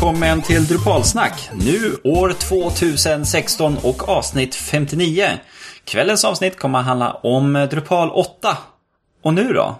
välkommen till Drupalsnack. Nu år 2016 och avsnitt 59. Kvällens avsnitt kommer att handla om Drupal 8. Och nu då?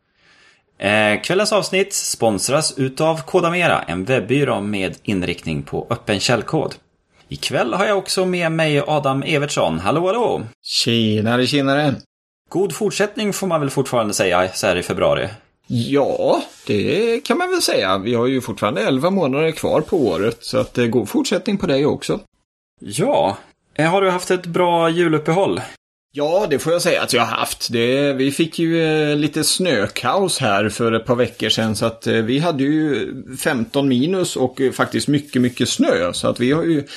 Kvällens avsnitt sponsras utav Kodamera, en webbyrå med inriktning på öppen källkod. Ikväll har jag också med mig Adam Evertsson. Hallå, hallå! Tjenare! God fortsättning får man väl fortfarande säga så här i februari. Ja, det kan man väl säga. Vi har ju fortfarande 11 månader kvar på året, så att god fortsättning på dig också. Ja, har du haft ett bra juluppehåll? Ja, det får jag säga att jag har haft. Vi fick ju lite snökaos här för ett par veckor sedan, så att vi hade ju 15 minus och faktiskt mycket snö. Så att vi har ju,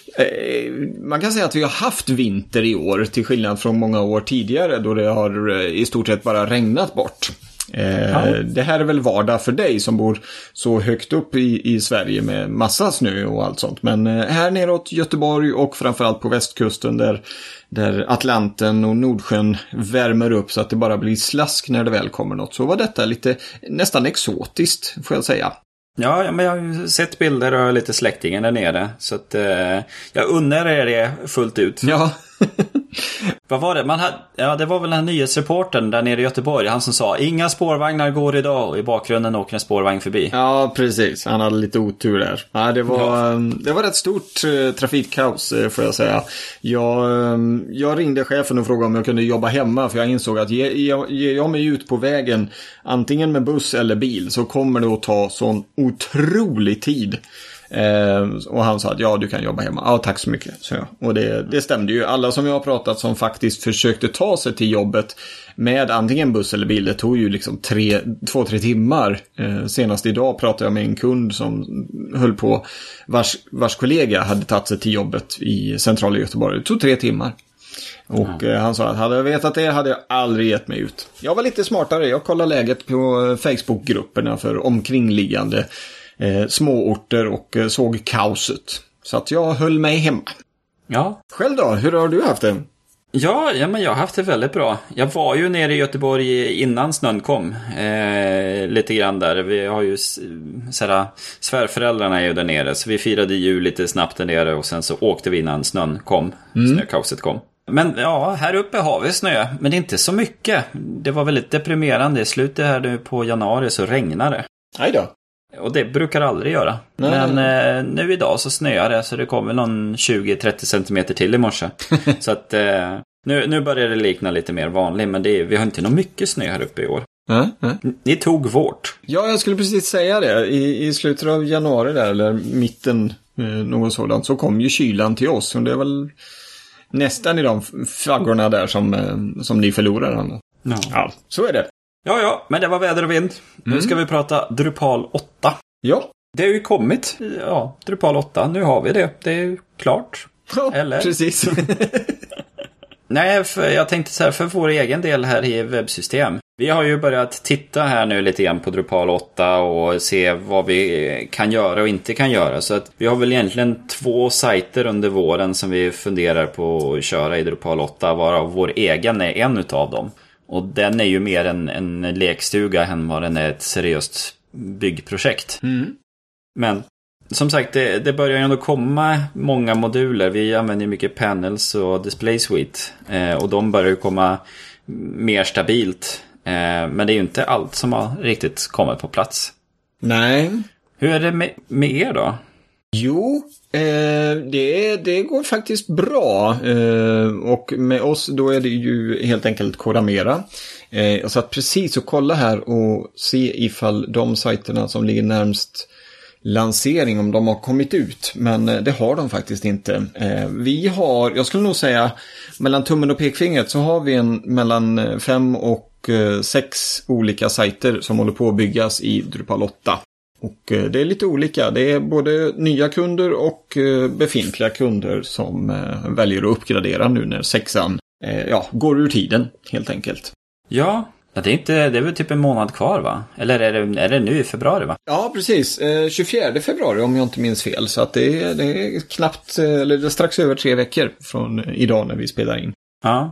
man kan säga att vi har haft vinter i år till skillnad från många år tidigare då det har i stort sett bara regnat bort. Det här är väl vardag för dig som bor så högt upp i Sverige med massa snö och allt sånt. Men här neråt Göteborg och framförallt på västkusten där Atlanten och Nordsjön värmer upp så att det bara blir slask när det väl kommer något, så var detta lite nästan exotiskt, får jag säga. Ja, men jag har ju sett bilder och lite släktingen där nere, så att jag undrar er det fullt ut. Ja. Vad var det? Det var väl den nyhetsreportern där nere i Göteborg, han som sa inga spårvagnar går idag och i bakgrunden åker en spårvagn förbi. Ja, precis. Han hade lite otur där. Ja, det var rätt stort trafikkaos, får jag säga. Jag ringde chefen och frågade om jag kunde jobba hemma, för jag insåg att ger jag mig ut på vägen antingen med buss eller bil så kommer det att ta sån otrolig tid. Och han sa att ja, du kan jobba hemma. Ja, tack så mycket, så jag. Och det stämde ju. Alla som jag har pratat som faktiskt försökte ta sig till jobbet med antingen buss eller bil, det tog ju liksom 2-3 timmar. Senast idag pratade jag med en kund som höll på, vars kollega hade tagit sig till jobbet i centrala Göteborg. Det tog 3 timmar. Och han sa att hade jag vetat det hade jag aldrig gett mig ut. Jag var lite smartare. Jag kollade läget på Facebookgrupperna för omkringliggande småorter och såg kaoset. Så att jag höll mig hemma. Ja. Själv då? Hur har du haft det? Ja, men jag har haft det väldigt bra. Jag var ju nere i Göteborg innan snön kom. Lite grann där. Vi har ju såhär, svärföräldrarna är ju där nere. Så vi firade jul lite snabbt där nere. Och sen så åkte vi innan snön kom. Snökaoset kom. Men ja, här uppe har vi snö. Men det är inte så mycket. Det var väldigt deprimerande. I slutet här nu på januari så regnar det. Nej då. Och det brukar aldrig göra. Nej. Men nu idag så snöar det, så det kommer någon 20-30 centimeter till i morse. Så att nu börjar det likna lite mer vanligt. Men vi har inte något mycket snö här uppe i år. Ni tog vårt. Ja, jag skulle precis säga det. I slutet av januari där, eller mitten, något sådant, så kom ju kylan till oss. Och det är väl nästan i de flaggorna där som ni förlorar. Ja, så är det. Ja, men det var väder och vind. Nu ska vi prata Drupal 8. Ja. Det har ju kommit. Ja, Drupal 8. Nu har vi det. Det är ju klart. Ja, eller? Precis. Nej, jag tänkte så här, för vår egen del här i webbsystem. Vi har ju börjat titta här nu lite grann på Drupal 8 och se vad vi kan göra och inte kan göra. Så att vi har väl egentligen 2 sajter under våren som vi funderar på att köra i Drupal 8, varav vår egen är en utav dem. Och den är ju mer en lekstuga än vad den är ett seriöst byggprojekt. Men som sagt, det börjar ju ändå komma många moduler. Vi använder mycket panels och display suite. Och de börjar ju komma mer stabilt. Men det är ju inte allt som har riktigt kommit på plats. Nej. Hur är det med er då? Jo, det går faktiskt bra. Och med oss då är det ju helt enkelt Kodamera. Jag satt precis och kolla här och se ifall de sajterna som ligger närmst lansering, om de har kommit ut. Men det har de faktiskt inte. Vi har, jag skulle nog säga, mellan tummen och pekfingret så har vi mellan 5 och 6 olika sajter som håller på att byggas i Drupal 8. Och det är lite olika. Det är både nya kunder och befintliga kunder som väljer att uppgradera nu när 6an går ur tiden, helt enkelt. Ja, det är väl typ en månad kvar, va? Eller är det nu i februari, va? Ja, precis. 24 februari om jag inte minns fel. Så att det är knappt, eller det är strax över 3 veckor från idag när vi spelar in. Ja.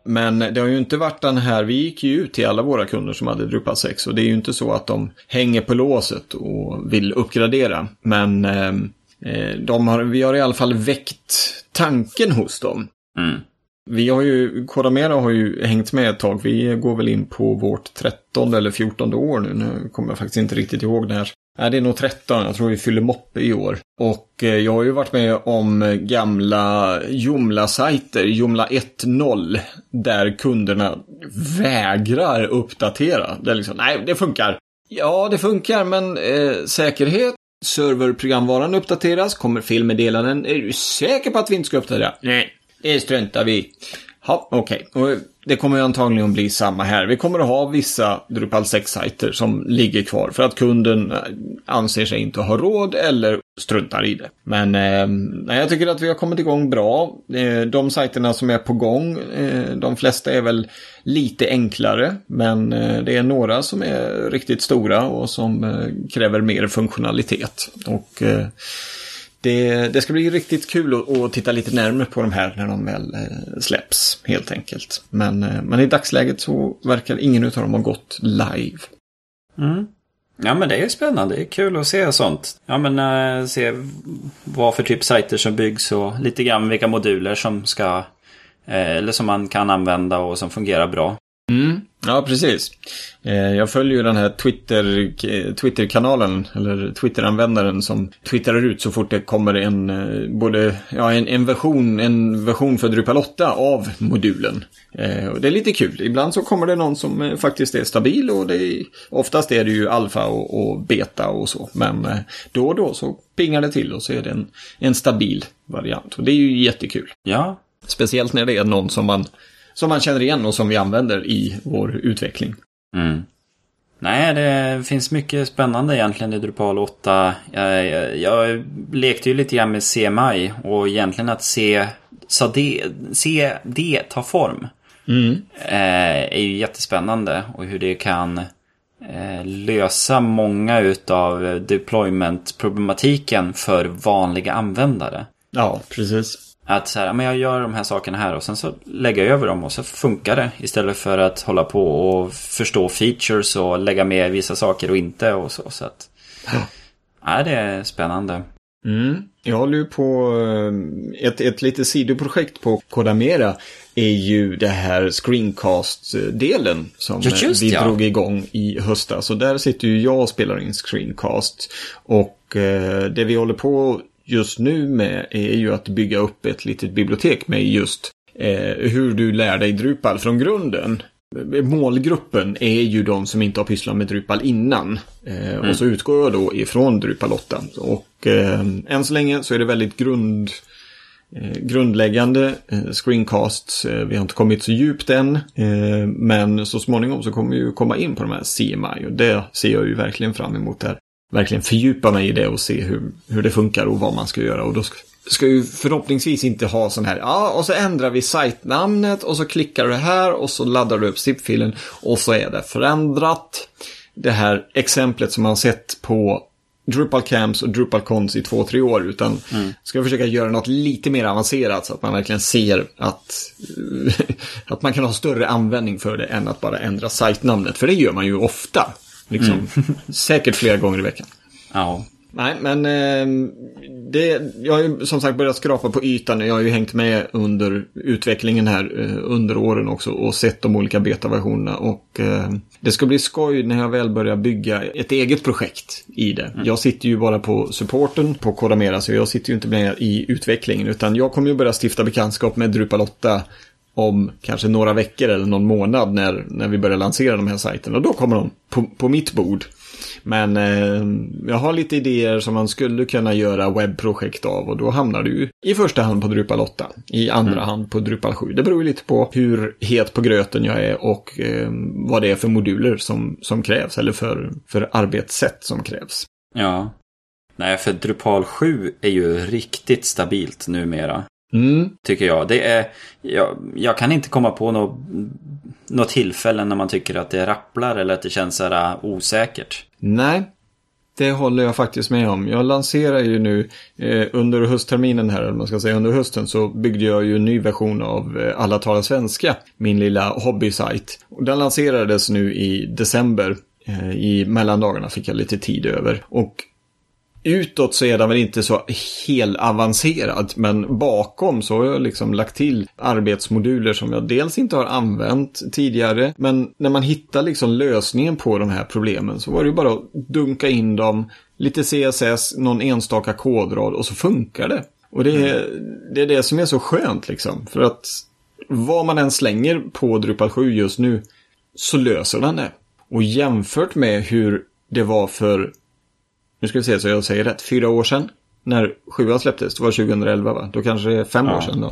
Men det har ju inte varit den här, vi gick ju ut till alla våra kunder som hade Drupal 6 och det är ju inte så att de hänger på låset och vill uppgradera. Men vi har i alla fall väckt tanken hos dem. Mm. Kodamera har ju hängt med ett tag. Vi går väl in på vårt 13:e eller 14:e år nu. Nu kommer jag faktiskt inte riktigt ihåg när. Nej, det är nog 13. Jag tror vi fyller moppe i år. Och jag har ju varit med om gamla Joomla-sajter, Joomla 1.0, där kunderna vägrar uppdatera. Det är liksom, nej, det funkar. Ja, det funkar, men säkerhet, serverprogramvaran uppdateras, kommer felmeddelanden. Är du säker på att vi inte ska uppdatera? Nej, det struntar vi. Ja, okej. Och det kommer ju antagligen bli samma här. Vi kommer att ha vissa Drupal 6-sajter som ligger kvar för att kunden anser sig inte ha råd eller struntar i det. Men jag tycker att vi har kommit igång bra. De sajterna som är på gång, de flesta är väl lite enklare, men det är några som är riktigt stora och som kräver mer funktionalitet. Och det ska bli riktigt kul att titta lite närmare på de här när de väl släpps, helt enkelt. Men i dagsläget så verkar ingen av dem ha gått live. Mm. Ja, men det är ju spännande. Det är kul att se sånt. Ja, men se vad för typ sajter som byggs och lite grann vilka moduler som ska eller som man kan använda och som fungerar bra. Mm. Ja, precis. Jag följer ju den här Twitter-kanalen eller Twitter-användaren som twittrar ut så fort det kommer en version för Drupal 8 av modulen. Och det är lite kul. Ibland så kommer det någon som faktiskt är stabil och oftast är det ju alfa och beta och så. Men då och då så pingar det till och så är det en stabil variant. Och det är ju jättekul. Ja. Speciellt när det är någon som man känner igen och som vi använder i vår utveckling. Mm. Nej, det finns mycket spännande egentligen i Drupal 8. Jag lekte ju lite grann med CMI och egentligen att se det ta form är ju jättespännande och hur det kan lösa många utav deployment-problematiken för vanliga användare. Ja, precis. Att så här, men jag gör de här sakerna här och sen så lägger jag över dem och så funkar det. Istället för att hålla på och förstå features och lägga med vissa saker och inte och så att ja, det är spännande. Jag håller ju på ett litet sidoprojekt på Kodamera är ju det här screencast-delen som vi drog igång i höstas. Så där sitter ju jag och spelar in screencast och det vi håller på just nu med är ju att bygga upp ett litet bibliotek med just hur du lär dig Drupal från grunden. Målgruppen är ju de som inte har pysslat med Drupal innan. Och så utgår jag då ifrån Drupal 8. Och än så länge så är det väldigt grundläggande screencasts. Vi har inte kommit så djupt än. Men så småningom så kommer vi ju komma in på de här CMI. Och det ser jag ju verkligen fram emot där. Verkligen fördjupa mig i det och se hur det funkar och vad man ska göra. Och då ska ju förhoppningsvis inte ha sån här, och så ändrar vi sajtnamnet och så klickar du här och så laddar du upp zip-filen och så är det förändrat. Det här exemplet som man har sett på Drupal Camps och Drupal Cons i 2-3 år, utan ska försöka göra något lite mer avancerat så att man verkligen ser att man kan ha större användning för det än att bara ändra sajtnamnet. För det gör man ju ofta. Liksom, säkert flera gånger i veckan. Ja. Nej, men jag har ju som sagt börjat skrapa på ytan. Jag har ju hängt med under utvecklingen här under åren också och sett de olika betaversionerna. Och det ska bli skoj när jag väl börjar bygga ett eget projekt i det. Jag sitter ju bara på supporten på Kodamera, så jag sitter ju inte med i utvecklingen. Utan jag kommer ju börja stifta bekantskap med Drupal 8 om kanske några veckor eller någon månad när vi börjar lansera de här sajterna. Och då kommer de på mitt bord. Men jag har lite idéer som man skulle kunna göra webbprojekt av. Och då hamnar du i första hand på Drupal 8. I andra hand på Drupal 7. Det beror ju lite på hur het på gröten jag är. Och vad det är för moduler som krävs. Eller för arbetssätt som krävs. Ja. Nej, för Drupal 7 är ju riktigt stabilt numera. Tycker jag. Det är, jag kan inte komma på något tillfälle när man tycker att det rapplar eller att det känns så här osäkert. Nej, Det håller jag faktiskt med om. Jag lanserar ju nu under höstterminen här, eller man ska säga under hösten, så byggde jag ju en ny version av Alla talar svenska, min lilla hobbysajt. Och den lanserades nu i december. I mellandagarna fick jag lite tid över. Och utåt så är den väl inte så helt avancerad, men bakom så har jag liksom lagt till arbetsmoduler som jag dels inte har använt tidigare, men när man hittar liksom lösningen på de här problemen så var det ju bara att dunka in dem, lite CSS, någon enstaka kodrad och så funkar det. Och det är det som är så skönt liksom, för att vad man än slänger på Drupal 7 just nu så löser den det. Och jämfört med hur det var för, nu ska vi se så jag säger rätt, 4 år sedan när 7 släpptes, det var 2011 va? Då kanske det är 5 år sedan då.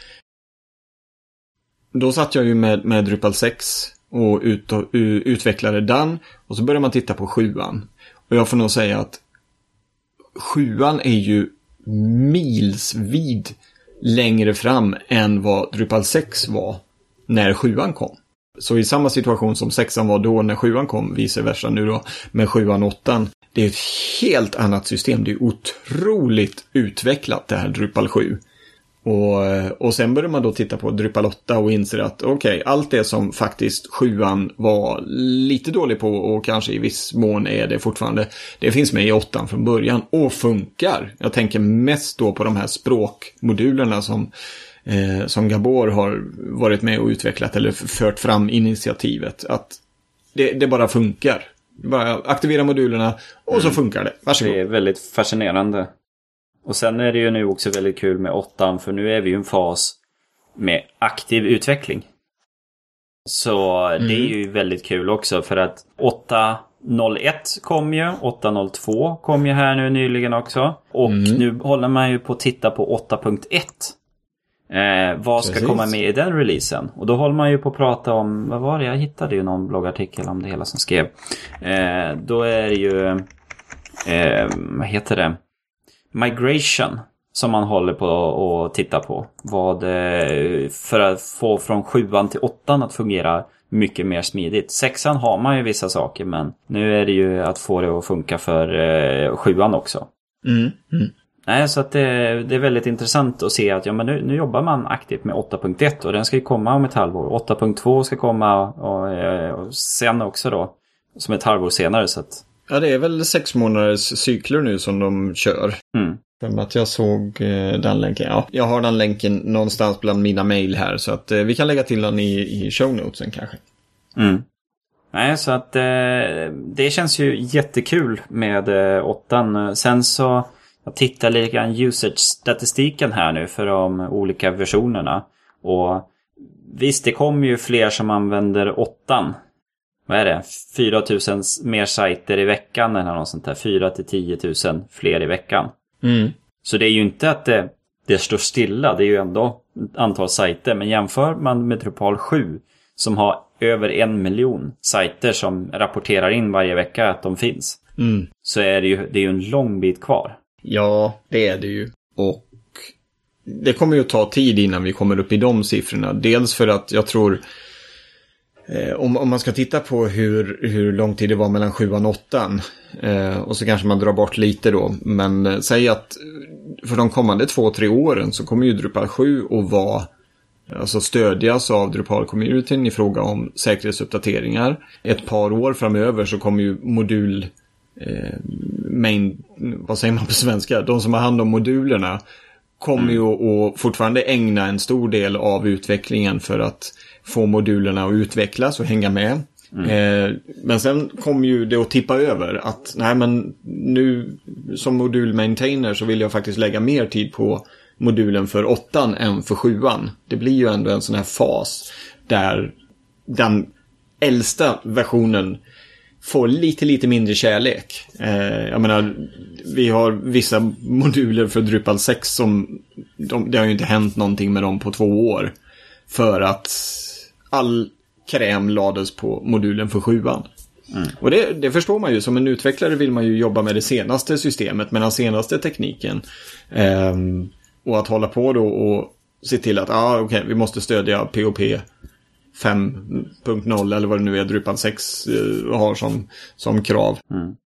Då satt jag ju med Drupal 6 och utvecklade den, och så började man titta på 7. Och jag får nog säga att 7 är ju milsvid längre fram än vad Drupal 6 var när 7 kom. Så i samma situation som 6 var då när 7 kom, vice versa nu då med 7 och 8. Det är ett helt annat system. Det är otroligt utvecklat det här Drupal 7. Och sen börjar man då titta på Drupal 8 och inser att okej, allt det som faktiskt 7 var lite dålig på och kanske i viss mån är det fortfarande, det finns med i 8 från början och funkar. Jag tänker mest då på de här språkmodulerna som Gabor har varit med och utvecklat eller fört fram initiativet. Att det bara funkar. Bara aktivera modulerna och så funkar det. Varsågod. Det är väldigt fascinerande. Och sen är det ju nu också väldigt kul med 8, för nu är vi ju en fas med aktiv utveckling. Så det är ju väldigt kul också, för att 8.01 kom ju, 8.02 kom ju här nu nyligen också. Och nu håller man ju på att titta på 8.1. Vad ska komma med i den releasen? Och då håller man ju på att prata om, vad var det? Jag hittade ju någon bloggartikel om det hela som skrev. Då är det ju, vad heter det? Migration som man håller på att titta på. För att få från 7 till 8 att fungera mycket mer smidigt. 6 har man ju vissa saker, men nu är det ju att få det att funka för 7 också. Nej, så att det är väldigt intressant att se att ja, men nu jobbar man aktivt med 8.1 och den ska ju komma om ett halvår. 8.2 ska komma och sen också då som ett halvår senare. Så att... Ja, det är väl 6 månaders cykler nu som de kör. För att jag såg den länken. Ja, jag har den länken någonstans bland mina mejl här, så att vi kan lägga till den i show notesen kanske. Nej, så att det känns ju jättekul med 8. Sen så jag tittar lite grann usage-statistiken här nu för de olika versionerna. Och visst, det kommer ju fler som använder 8. Vad är det? 4 000 mer sajter i veckan eller något sånt där. 4 till 10 000 fler i veckan. Så det är ju inte att det står stilla. Det är ju ändå antal sajter. Men jämför man med Drupal 7 som har över 1 miljon sajter som rapporterar in varje vecka att de finns. Så är det är ju en lång bit kvar. Ja, det är det ju. Och det kommer ju att ta tid innan vi kommer upp i de siffrorna. Dels för att jag tror, om man ska titta på hur lång tid det var mellan 7 och 8, och så kanske man drar bort lite då. Men säg att för de kommande 2-3 åren så kommer ju Drupal 7 att vara, alltså stödjas av Drupal-communityn i fråga om säkerhetsuppdateringar. Ett par år framöver så kommer ju vad säger man på svenska? De som har hand om modulerna kommer ju att fortfarande ägna en stor del av utvecklingen för att få modulerna att utvecklas och hänga med. Men sen kommer ju det att tippa över att nej, men nu som modulmaintainer så vill jag faktiskt lägga mer tid på modulen för 8 än för 7. Det blir ju ändå en sån här fas där den äldsta versionen får lite mindre kärlek. Jag menar, vi har vissa moduler för Drupal 6 som det har ju inte hänt någonting med dem på 2 år. För att all kräm lades på modulen för 7. Och det förstår man ju. Som en utvecklare vill man ju jobba med det senaste systemet, med den senaste tekniken. Och att hålla på då och se till att vi måste stödja POP 5.0 eller vad det nu är Drupal 6 har som krav.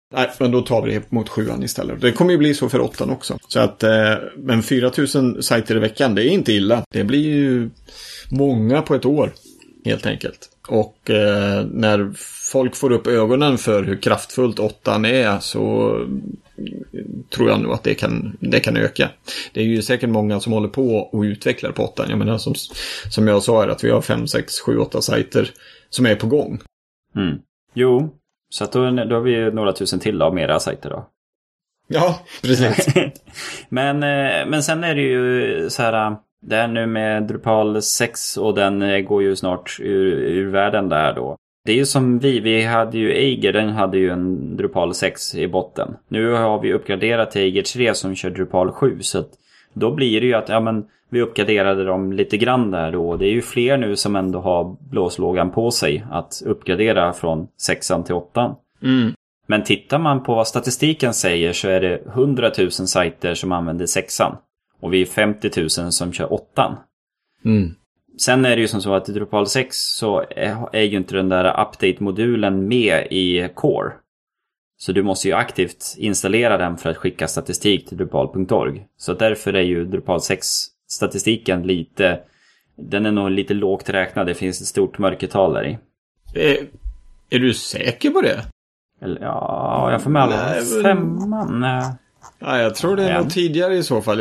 Nej, men då tar vi det mot 7:an istället. Det kommer ju bli så för 8:an också. Så att, men 4000 sajter i veckan, det är inte illa. Det blir ju många på ett år, helt enkelt. Och när folk får upp ögonen för hur kraftfullt 8:an är så tror jag nog att det kan öka. Det är ju säkert många som håller på och utvecklar på 8:an. Jag menar som jag sa här, att vi har 5, 6, 7, 8 sajter som är på gång. Mm. Jo, så att då har vi några tusen till av mera sajter då. Ja, precis. men sen är det ju så här, det är nu med Drupal 6 och den går ju snart ur världen där då. Det är ju som vi hade ju Eiger, den hade ju en Drupal 6 i botten. Nu har vi uppgraderat till Eiger 3 som kör Drupal 7, så att då blir det ju att vi uppgraderade dem lite grann där då. Det är ju fler nu som ändå har blåslågan på sig att uppgradera från 6:an till 8:an. Mm. Men tittar man på vad statistiken säger så är det 100 000 sajter som använder 6:an. Och vi är 50 000 som kör 8:an. Mm. Sen är det ju som så att i Drupal 6 så är ju inte den där update-modulen med i Core. Så du måste ju aktivt installera den för att skicka statistik till Drupal.org. Så därför är ju Drupal 6-statistiken den är nog lite lågt räknad. Det finns ett stort mörkertal där i. Är du säker på det? Eller, ja, jag får med alla 5:an. Ja, jag tror det är nog tidigare i så fall.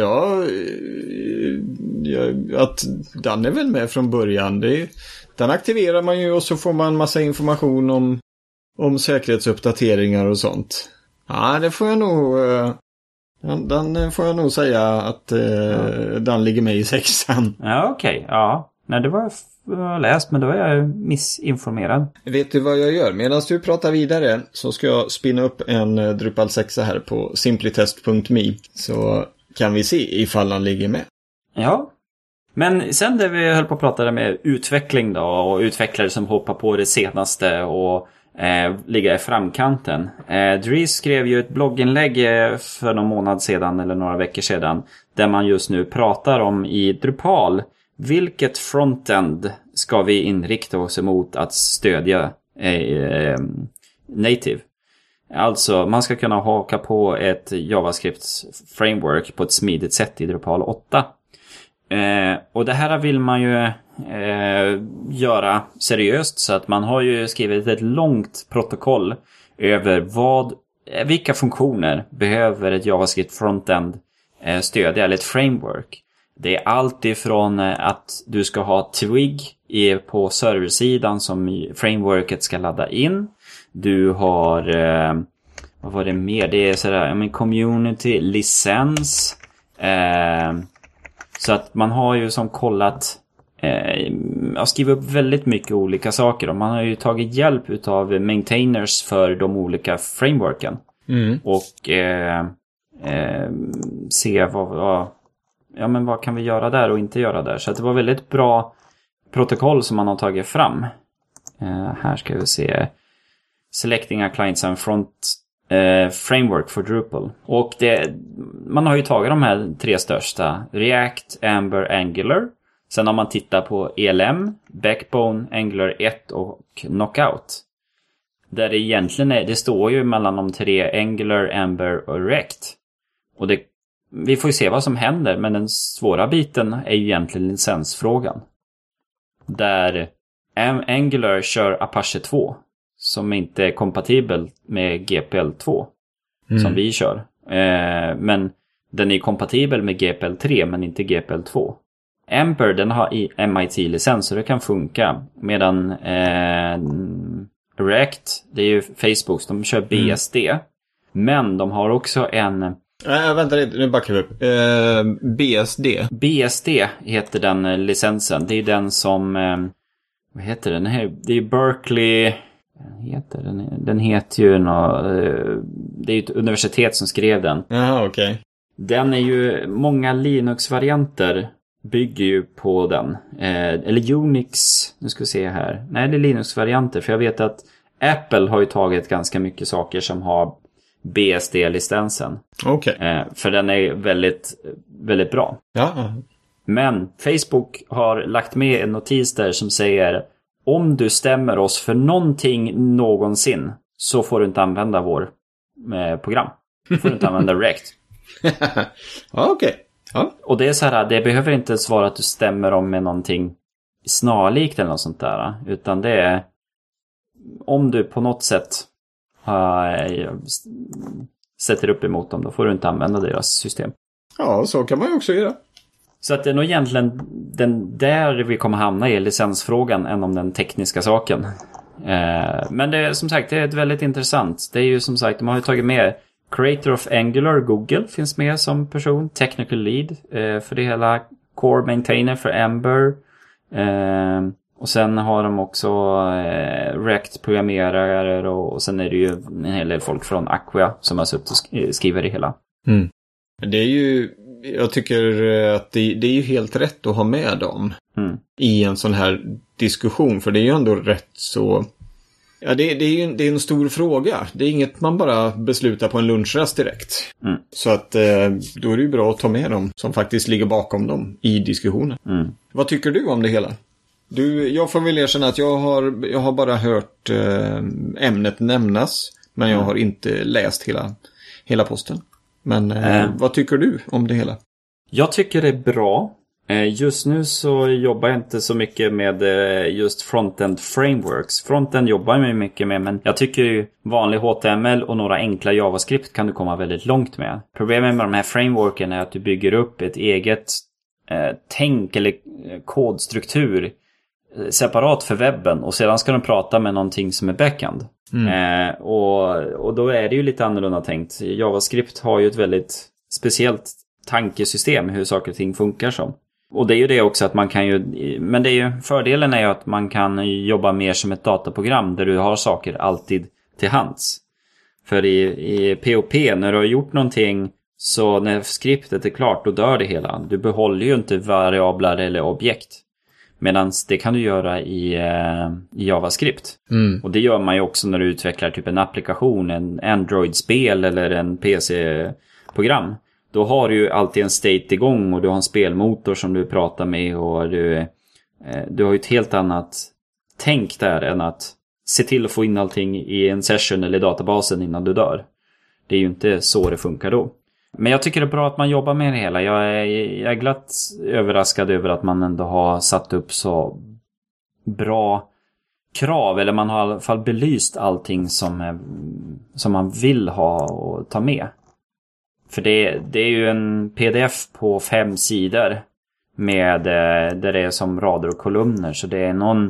Att den är väl med från början. Den aktiverar man ju och så får man massa information om säkerhetsuppdateringar och sånt. Ja, det får jag nog... Den får jag nog säga att den ligger med i 6:an. Ja, okej. Ja. Nej, det var jag läst, men då är jag missinformerad. Vet du vad jag gör? Medan du pratar vidare så ska jag spinna upp en Drupal 6 här på simplytest.me. Så kan vi se ifall den ligger med. Ja. Men sen där vi höll på att prata med utveckling då, och utvecklare som hoppar på det senaste och ligga i framkanten. Dries skrev ju ett blogginlägg för någon månad sedan eller några veckor sedan där man just nu pratar om i Drupal vilket frontend ska vi inrikta oss emot att stödja native. Alltså man ska kunna haka på ett JavaScript framework på ett smidigt sätt i Drupal 8. Och det här vill man ju göra seriöst, så att man har ju skrivit ett långt protokoll över vilka funktioner behöver ett JavaScript frontend stödja, eller ett framework. Det är allt ifrån att du ska ha Twig på serversidan som frameworket ska ladda in. Du har vad var det mer? Det är sådär, community, licens. Så att man har ju som kollat skrivit upp väldigt mycket olika saker, och man har ju tagit hjälp utav maintainers för de olika frameworken. Och se vad kan vi göra där och inte göra där. Så att det var väldigt bra protokoll som man har tagit fram. Här ska vi se Selecting a Client and Front Framework for Drupal. Och man har ju tagit de här 3 största: React, Ember, Angular. Sen har man tittat på ELM, Backbone, Angular 1 och Knockout. Där det egentligen det står ju mellan de 3 Angular, Ember och React. Och vi får ju se vad som händer, men den svåra biten är ju egentligen licensfrågan. Där Angular kör Apache 2 som inte är kompatibel med GPL 2 som vi kör. Men den är kompatibel med GPL 3 men inte GPL 2. Ember, den har MIT-licens så det kan funka. Medan React, det är ju Facebooks, de kör BSD. Men de har också en... vänta lite, nu backar vi upp. BSD. BSD heter den licensen. Det är den som... vad heter den? Det är Berkeley... Den heter ju det är ju ett universitet som skrev den. Jaha, okej. Den är ju... Många Linux-varianter bygger ju på den. Eller Unix... Nu ska vi se här. Nej, det är Linux-varianter. För jag vet att Apple har ju tagit ganska mycket saker som har BSD-licensen. Okej. För den är väldigt, väldigt bra. Ja. Men Facebook har lagt med en notis där som säger: om du stämmer oss för någonting någonsin så får du inte använda program. Då får du inte använda React. Ja, okej. Ja. Och det är så här, det behöver inte ens vara att du stämmer om med någonting snarlikt eller något sånt där. Utan det är om du på något sätt sätter upp emot dem, då får du inte använda deras system. Ja, så kan man ju också göra. Så att det är nog egentligen den där vi kommer hamna i licensfrågan än om den tekniska saken. Men det är som sagt, det är ett väldigt intressant. Det är ju som sagt, de har ju tagit med Creator of Angular, Google finns med som person. Technical Lead för det hela. Core Maintainer för Ember. Och sen har de också React-programmerare och sen är det ju en hel del folk från Acquia som har suttit och skriver det hela. Mm. Det är ju, jag tycker att det är ju helt rätt att ha med dem i en sån här diskussion. För det är ju ändå rätt så... Ja, det är en stor fråga. Det är inget man bara beslutar på en lunchrast direkt. Mm. Så att då är det ju bra att ta med dem som faktiskt ligger bakom dem i diskussionen. Mm. Vad tycker du om det hela? Jag får väl erkänna att jag har bara hört ämnet nämnas. Men jag har inte läst hela posten. Men vad tycker du om det hela? Jag tycker det är bra. Just nu så jobbar jag inte så mycket med just frontend frameworks. Frontend jobbar jag mycket med, men jag tycker ju vanlig HTML och några enkla JavaScript kan du komma väldigt långt med. Problemet med de här frameworken är att du bygger upp ett eget tänk eller kodstruktur separat för webben och sedan ska de prata med någonting som är backend. Och då är det ju lite annorlunda tänkt. JavaScript har ju ett väldigt speciellt tankesystem hur saker och ting funkar som. Och det är ju det också att man kan ju, men det är ju, fördelen är ju att man kan jobba mer som ett dataprogram där du har saker alltid till hands. För i POP, när du har gjort någonting så när skriptet är klart då dör det hela. Du behåller ju inte variabler eller objekt. Medan det kan du göra i JavaScript. Och det gör man ju också när du utvecklar typ en applikation, en Android-spel eller en PC-program. Då har du ju alltid en state igång och du har en spelmotor som du pratar med och du har ju ett helt annat tänk där än att se till att få in allting i en session eller databasen innan du dör. Det är ju inte så det funkar då. Men jag tycker det är bra att man jobbar med det hela. Jag är glatt överraskad över att man ändå har satt upp så bra krav. Eller man har i alla fall belyst allting som man vill ha och ta med. För det är ju en pdf på 5 sidor med där det är som rader och kolumner. Så det är någon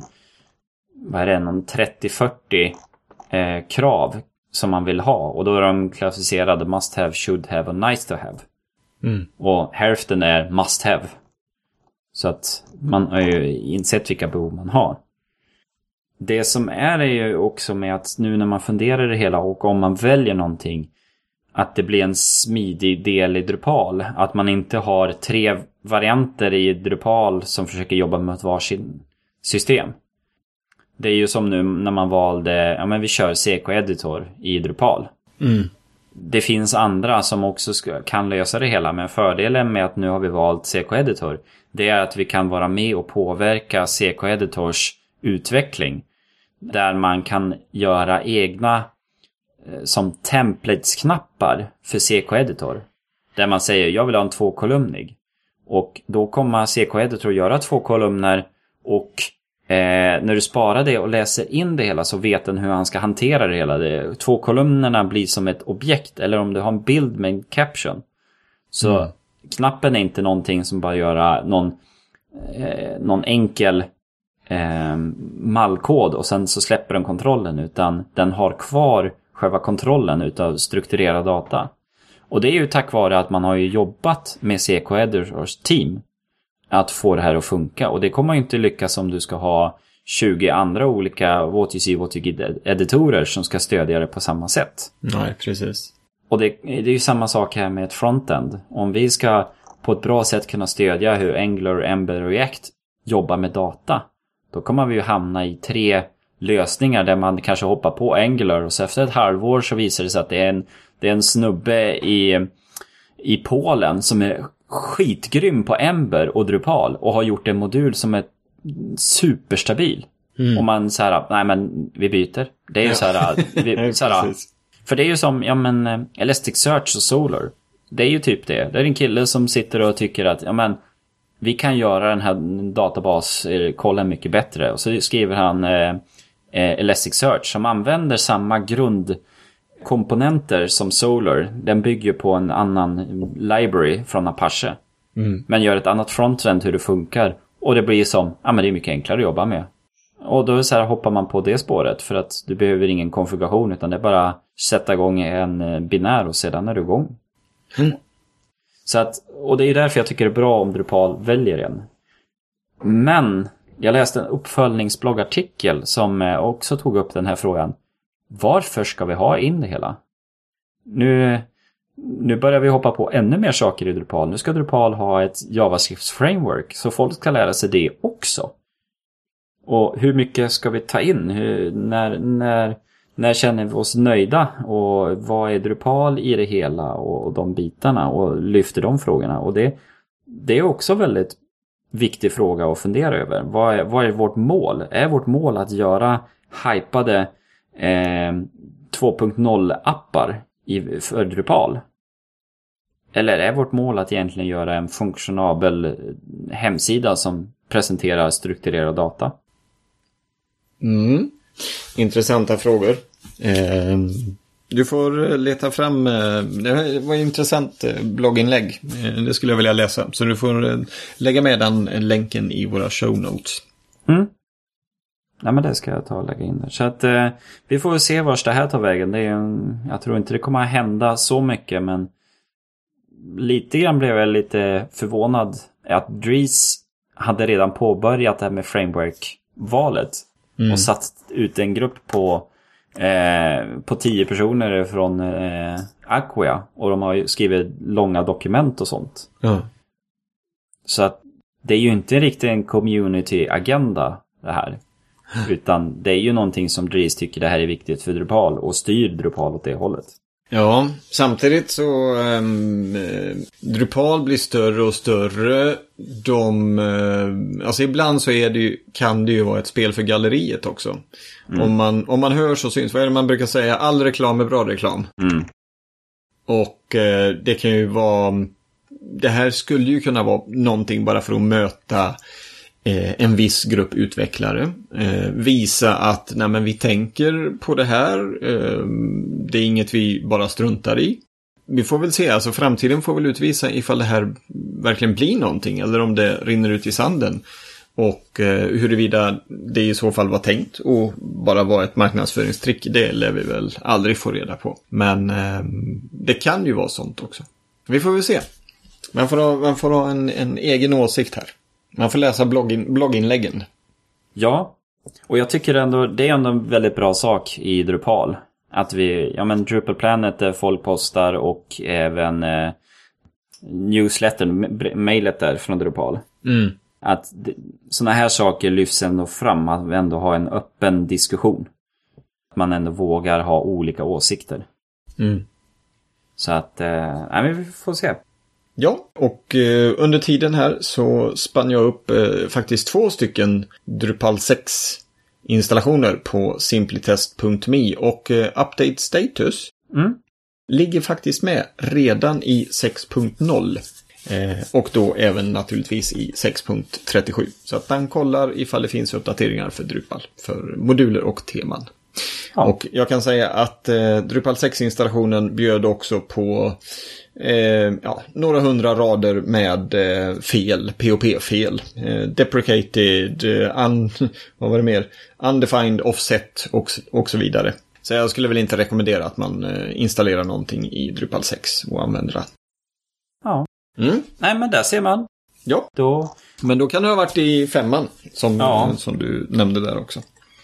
30-40 krav som man vill ha. Och då är de klassificerade must have, should have och nice to have. Och hälften är must have. Så att man har ju insett vilka behov man har. Det som är ju också med att nu när man funderar det hela och om man väljer någonting att det blir en smidig del i Drupal. Att man inte har 3 varianter i Drupal som försöker jobba med ett varsin system. Det är ju som nu när man valde, vi kör CK-editor i Drupal. Det finns andra som också kan lösa det hela. Men fördelen med att nu har vi valt CK-editor, det är att vi kan vara med och påverka CK-editors utveckling. Där man kan göra egna som templates-knappar för CK-editor. Där man säger, jag vill ha en 2-kolumnig. Och då kommer CK-editor göra 2 kolumner och när du sparar det och läser in det hela så vet den hur han ska hantera det hela. 2 kolumnerna blir som ett objekt eller om du har en bild med en caption. Så knappen är inte någonting som bara gör någon enkel mallkod och sen så släpper den kontrollen utan den har kvar själva kontrollen utav strukturerad data. Och det är ju tack vare att man har ju jobbat med CK-editors team att få det här att funka. Och det kommer ju inte lyckas om du ska ha 20 andra olika editorer som ska stödja det på samma sätt. Nej, precis. Och det är ju samma sak här med ett frontend. Om vi ska på ett bra sätt kunna stödja hur Angular, Ember och React jobbar med data, då kommer vi ju hamna i 3 lösningar där man kanske hoppar på Angular och så efter ett halvår så visar det sig att det är en snubbe i Polen som är skitgrym på Ember och Drupal och har gjort en modul som är superstabil. Och man så här, nej men vi byter. Det är ju så här, För det är ju som, Elasticsearch och Solar. Det är ju typ det. Det är en kille som sitter och tycker att, vi kan göra den här databaskollen mycket bättre. Och så skriver han Elasticsearch som använder samma grundkomponenter som Solar. Den bygger på en annan library från Apache. Men gör ett annat frontend hur det funkar. Och det blir som, det är mycket enklare att jobba med. Och då hoppar man på det spåret för att du behöver ingen konfiguration utan det är bara sätta igång en binär och sedan är du igång. Så att, och det är därför jag tycker det är bra om Drupal väljer en. Men jag läste en uppföljningsbloggartikel som också tog upp den här frågan. Varför ska vi ha in det hela? Nu börjar vi hoppa på ännu mer saker i Drupal. Nu ska Drupal ha ett JavaScript-framework så folk ska lära sig det också. Och hur mycket ska vi ta in? När känner vi oss nöjda? Och vad är Drupal i det hela? Och de bitarna och lyfter de frågorna. Och det är också väldigt viktig fråga att fundera över. Vad är vårt mål? Är vårt mål att göra hypade 2.0-appar för Drupal? Eller är vårt mål att egentligen göra en funktionabel hemsida som presenterar strukturerad data? Intressanta frågor. Du får leta fram, det var ett intressant blogginlägg, det skulle jag vilja läsa. Så du får lägga med den länken i våra show notes. Ja, men det ska jag ta och lägga in där. Så att vi får se vart det här tar vägen. Jag tror inte det kommer att hända så mycket, men lite grann blev jag lite förvånad att Dries hade redan påbörjat det här med framework-valet. Och satt ut en grupp på 10 personer från Acquia. Och de har ju skrivit långa dokument och sånt. Så att det är ju inte riktigt en community-agenda det här. Utan det är ju någonting som Dries tycker det här är viktigt för Drupal. Och styr Drupal åt det hållet. Ja, samtidigt så Drupal blir större och större. Alltså ibland så kan det ju vara ett spel för galleriet också. Om man hör så syns, vad är det man brukar säga? All reklam är bra reklam. Och det kan ju vara, det här skulle ju kunna vara någonting bara för att möta en viss grupp utvecklare. Visa att vi tänker på det här. Det är inget vi bara struntar i. Vi får väl se, alltså framtiden får väl utvisa ifall det här verkligen blir någonting eller om det rinner ut i sanden. Och huruvida det i så fall var tänkt och bara var ett marknadsföringstrick, det lär vi väl aldrig få reda på. Men det kan ju vara sånt också. Vi får väl se. Man får ha en egen åsikt här. Man får läsa blogginläggen. Ja, och jag tycker ändå det är ändå en väldigt bra sak i Drupal. Att Drupal Planet där folk postar och även newsletter, mailet där från Drupal. Att såna här saker lyfts ändå fram, att vi ändå har en öppen diskussion. Att man ändå vågar ha olika åsikter. Så att, vi får se. Ja, och under tiden här så spann jag upp faktiskt 2 stycken Drupal 6 installationer på simplytest.me och update status ligger faktiskt med redan i 6.0 och då även naturligtvis i 6.37. Så att den kollar ifall det finns uppdateringar för Drupal, för moduler och teman. Ja. Och jag kan säga att Drupal 6-installationen bjöd också på några 100 rader med fel, POP-fel. Deprecated, vad var det mer? Undefined offset och så vidare. Så jag skulle väl inte rekommendera att man installerar någonting i Drupal 6 och använder det. Ja. Nej, men där ser man. Ja. Men då kan det ha varit i 5:an som du nämnde där också.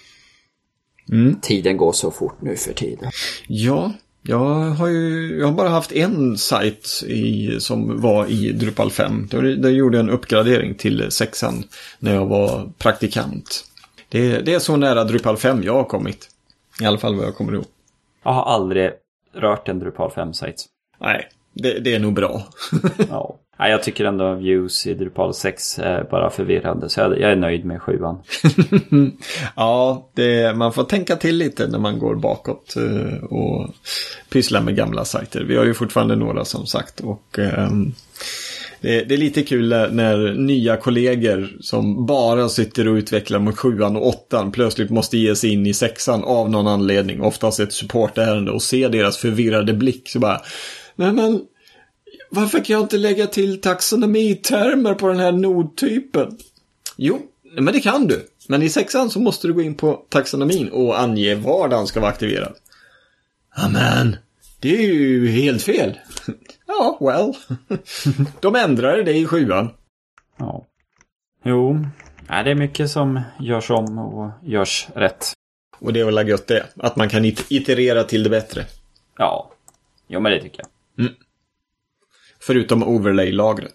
Tiden går så fort nu för tiden. Ja, jag har bara haft en sajt som var i Drupal 5. Där gjorde jag en uppgradering till 6:an när jag var praktikant. Det är så nära Drupal 5 jag har kommit. I alla fall vad jag kommer ihåg. Jag har aldrig rört en Drupal 5-sajt. Nej, det är nog bra. Ja, Jag tycker ändå views i Drupal 6 är bara förvirrande. Så jag är nöjd med 7:an. Ja, man får tänka till lite när man går bakåt och pysslar med gamla sajter. Vi har ju fortfarande några som sagt. Och det är lite kul när nya kollegor som bara sitter och utvecklar mot 7:an och 8:an plötsligt måste ge sig in i 6:an av någon anledning. Oftast ett supportärende och se deras förvirrade blick. Så bara, men varför kan jag inte lägga till taxonomitermer på den här nodtypen? Jo, men det kan du. Men i 6:an så måste du gå in på taxonomin och ange var den ska vara aktiverad. Amen, det är ju helt fel. Ja, well. De ändrade det i 7:an. Ja. Jo, det är mycket som görs om och görs rätt. Och det är väl gött det. Att man kan iterera till det bättre. Ja, jo men det tycker jag. Mm. Förutom overlay-lagret.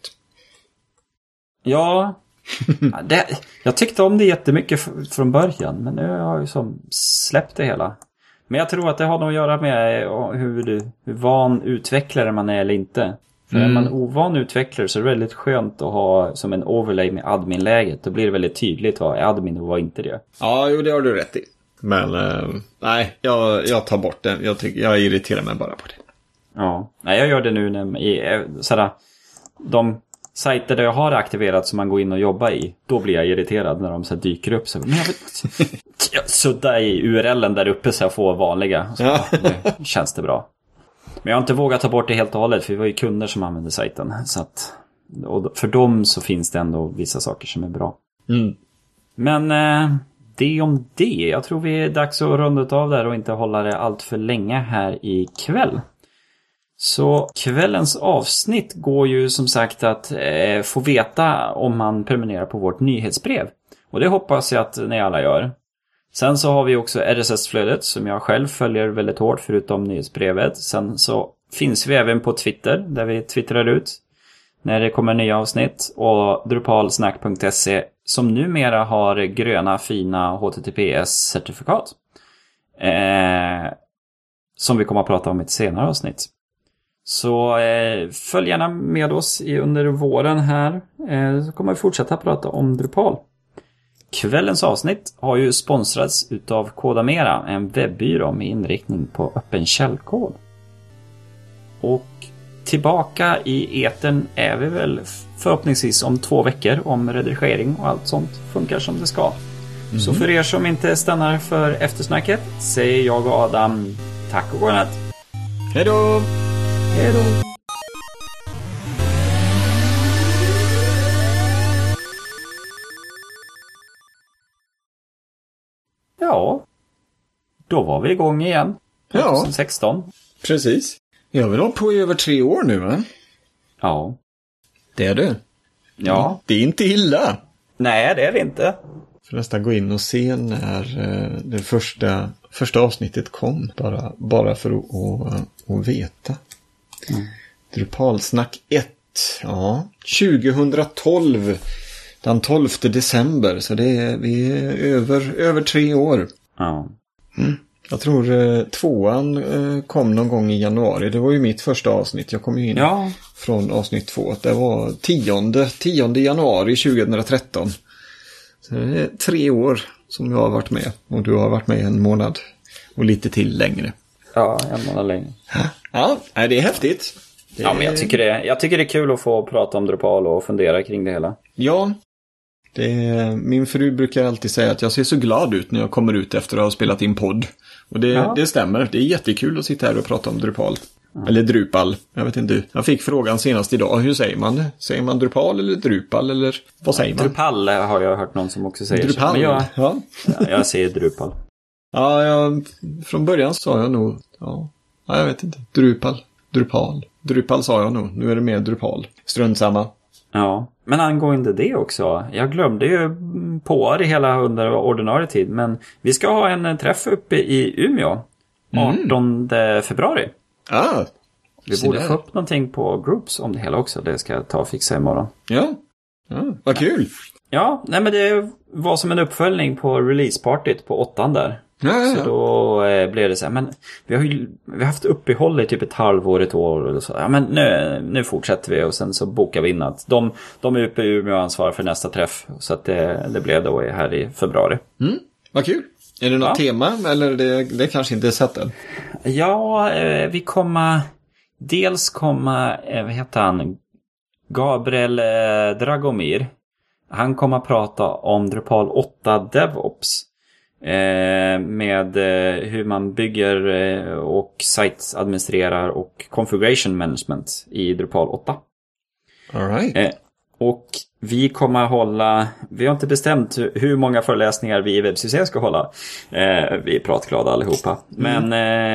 Ja, jag tyckte om det jättemycket från början. Men nu har jag ju som släppt det hela. Men jag tror att det har nog att göra med hur van utvecklare man är eller inte. För är man ovan utvecklare så är det väldigt skönt att ha som en overlay med admin-läget. Då blir det väldigt tydligt vad är admin och vad inte det. Ja, jo, det har du rätt i. Men nej, jag tar bort det. Jag irriterar mig bara på det. Ja, nej, jag gör det nu när de sajter där jag har aktiverat som man går in och jobbar i. Då blir jag irriterad när de så dyker upp. Så, men jag sudda i URLen där uppe så jag får vanliga. Så, nu känns det bra. Men jag har inte vågat ta bort det helt och hållet. För vi var ju kunder som använde sajten. Så att, och för dem så finns det ändå vissa saker som är bra. Mm. Men det om det. Jag tror vi är dags att runda av där och inte hålla det allt för länge här ikväll. Så kvällens avsnitt går ju som sagt att få veta om man prenumererar på vårt nyhetsbrev. Och det hoppas jag att ni alla gör. Sen så har vi också RSS-flödet som jag själv följer väldigt hårt förutom nyhetsbrevet. Sen så finns vi även på Twitter där vi twittrar ut när det kommer nya avsnitt. Och drupalsnack.se som numera har gröna fina HTTPS-certifikat. Som vi kommer att prata om i ett senare avsnitt. Så följ gärna med oss under våren här. Så kommer vi fortsätta prata om Drupal. Kvällens avsnitt har ju sponsrats utav Kodamera, en webbyrå med inriktning på öppen källkod. Och tillbaka i etern är vi väl förhoppningsvis om 2 veckor om redigering och allt sånt funkar som det ska. Så för er som inte stannar för eftersnacket säger jag och Adam tack och godnatt. Hej då! Hej då! Ja, då var vi igång igen. 2016. Ja, precis. Jag har väl hållit på i över 3 år nu, va? Ja. Det är det. Ja. Det är inte illa. Nej, det är det inte. För nästan gå in och se när det första avsnittet kom. Bara för att veta. Drupalsnack 1. Ja, 2012. Den 12 december. Så vi är över 3 år. Ja. Jag tror 2:an kom någon gång i januari. Det var ju mitt första avsnitt. Jag kom ju in från avsnitt 2. Det var 10 januari 2013. Så det är 3 år som jag har varit med. Och du har varit med 1 månad. Och lite till längre. Ja, 1 månad längre. Ja, det är häftigt. Ja, men jag tycker det är kul att få prata om Drupal och fundera kring det hela. Ja, min fru brukar alltid säga att jag ser så glad ut när jag kommer ut efter att ha spelat in podd. Och det stämmer. Det är jättekul att sitta här och prata om Drupal. Eller Drupal. Jag vet inte. Jag fick frågan senast idag. Hur säger man det? Säger man Drupal eller Drupal? Eller vad säger man? Drupal har jag hört någon som också säger. Drupal? Men jag säger Drupal. Ja, från början sa jag nog... Ja, jag vet inte. Drupal sa jag nog. Nu är det mer Drupal. Strunt samma. Ja, men angående det också. Jag glömde ju på det hela under ordinarie tid. Men vi ska ha en träff uppe i Umeå. 18 februari. Vi borde få upp någonting på Groups om det hela också. Det ska jag ta och fixa imorgon. Ja, vad kul. Ja, nej men det var som en uppföljning på releasepartyt på 8:an där. Så då blev det så här, men vi har haft uppehåll i typ ett halvår, ett år och så. Ja, men nu fortsätter vi och sen så bokar vi in att de är uppe i Umeå och ansvarar för nästa träff. Så att det blev då här i februari. Vad kul. Är det något tema eller det kanske inte är satt än? Ja, vi kommer vad heter han? Gabriel Dragomir. Han kommer att prata om Drupal 8 DevOps. Med hur man bygger och site administrerar och configuration management i Drupal 8. All right. Och vi har inte bestämt hur många föreläsningar vi i webbsystem ska hålla. Vi är pratglada allihopa. Men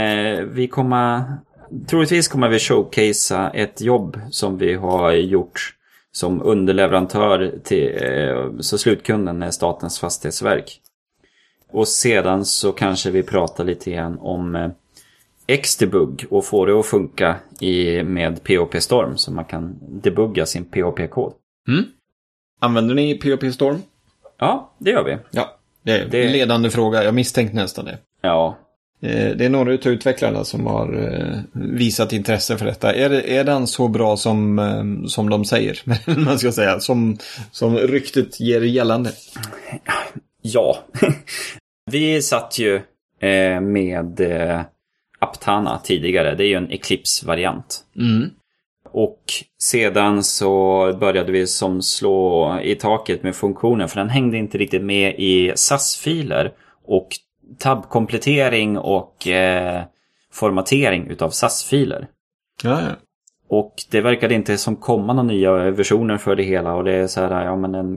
troligtvis kommer vi showcasea ett jobb som vi har gjort som underleverantör till så slutkunden är Statens fastighetsverk. Och sedan så kanske vi pratar lite grann om Xdebug och få det att funka med POP Storm så man kan debugga sin POP-kod. Använder ni POP Storm? Ja, det gör vi. Ja, det är en ledande fråga. Jag misstänkte nästan det. Ja. Det är några utav utvecklarna som har visat intresse för detta. Är den så bra som de säger? Man ska säga, som ryktet ger gällande. Ja. Vi satt ju med Aptana tidigare. Det är ju en Eclipse-variant. Och sedan så började vi som slå i taket med funktionen. För den hängde inte riktigt med i SAS-filer. Och tab-komplettering och formatering utav SAS-filer. Ja. Och det verkade inte som komma några nya versioner för det hela. Och det är så här, ja men den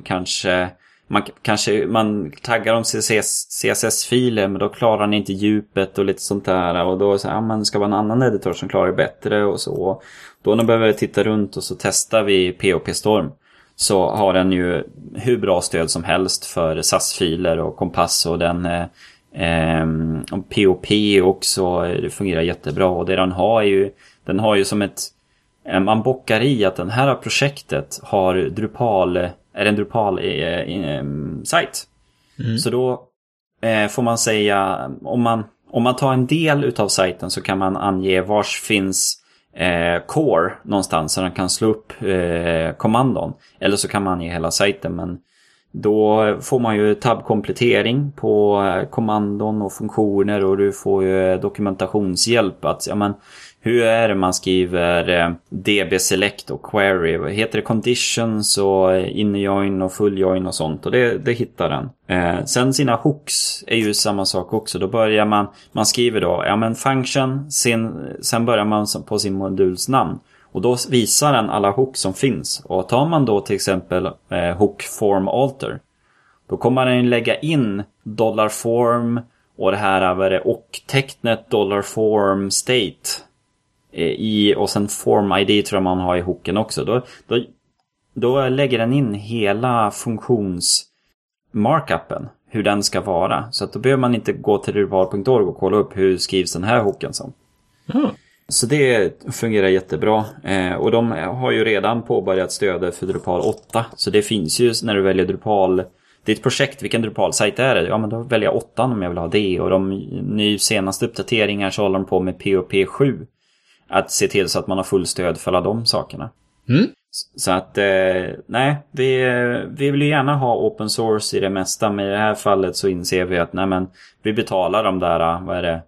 man taggar om CSS-filer men då klarar den inte djupet och lite sånt där. Och då så här, ja, man ska vara en annan editor som klarar det bättre och så. Då när vi behöver titta runt och så testar vi POP Storm. Så har den ju hur bra stöd som helst för SAS-filer och kompass och den POP också. Det fungerar jättebra och det den har ju som ett man bockar i att den här projektet har en Drupal-sajt. Så då får man säga om man tar en del utav sajten så kan man ange vars finns core någonstans så den kan slå upp kommandon. Eller så kan man ange hela sajten men då får man ju tab-komplettering på kommandon och funktioner och du får ju dokumentationshjälp att hur är det man skriver DB select och query? Vad heter det? Conditions och inner join och full join och sånt. Och det hittar den. Sen sina hooks är ju samma sak också. Då börjar man skriver då function. Sen börjar man på sin moduls namn. Och då visar den alla hooks som finns. Och tar man då till exempel hook form alter. Då kommer den lägga in $form och det här och tecknet $form state. Och sen form ID tror jag man har i hooken också. Då lägger den in hela funktionsmarkupen. Hur den ska vara. Så att då behöver man inte gå till drupal.org och kolla upp hur skrivs den här hooken som. Så det fungerar jättebra. Och de har ju redan påbörjat stödet för Drupal 8. Så det finns ju när du väljer Drupal. Ditt projekt, vilken Drupal-sajt är det? Ja, men då väljer jag 8 om jag vill ha det. Och de senaste uppdateringar så håller de på med POP 7. Att se till så att man har full stöd för alla de sakerna. Så att, nej, vi vill ju gärna ha open source i det mesta. Men i det här fallet så inser vi att vi betalar de där, vad är det?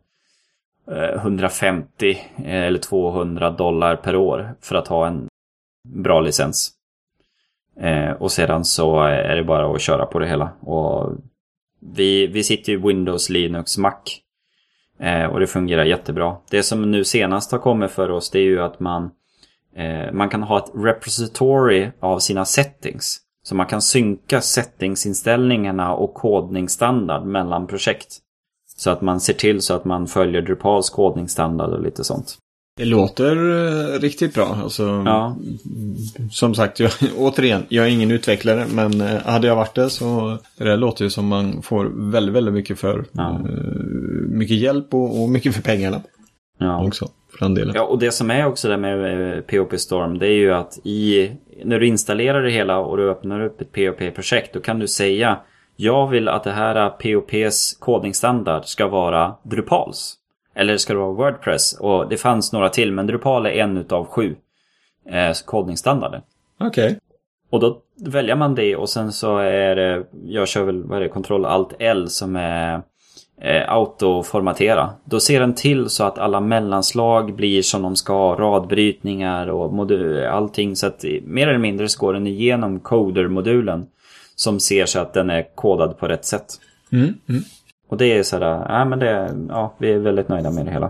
150 eller $200 per år för att ha en bra licens. Och sedan så är det bara att köra på det hela. Och vi sitter ju Windows, Linux, Mac. Och det fungerar jättebra. Det som nu senast har kommit för oss det är ju att man kan ha ett repository av sina settings. Så man kan synka settingsinställningarna och kodningsstandard mellan projekt. Så att man ser till så att man följer Drupals kodningsstandard och lite sånt. Det låter riktigt bra. Alltså, ja. Som sagt, jag är ingen utvecklare. Men hade jag varit det så det låter ju som man får väldigt, väldigt mycket för mycket hjälp och mycket för pengarna. Ja. Också, för den delen. Ja, och det som är också där med POP Storm det är ju att när du installerar det hela och du öppnar upp ett POP-projekt då kan du säga Jag vill att det här POPs kodningsstandard ska vara Drupals. Eller ska det vara WordPress? Och det fanns några till, men Drupal är en utav 7 kodningsstandarder. Okej. Okay. Och då väljer man det och sen så är det, jag kör väl, vad är det, Ctrl-Alt-L som är autoformatera. Då ser den till så att alla mellanslag blir som de ska, radbrytningar och allting, så att mer eller mindre så går den igenom coder-modulen som ser så att den är kodad på rätt sätt. Och det är sådär, men det, vi är väldigt nöjda med det hela.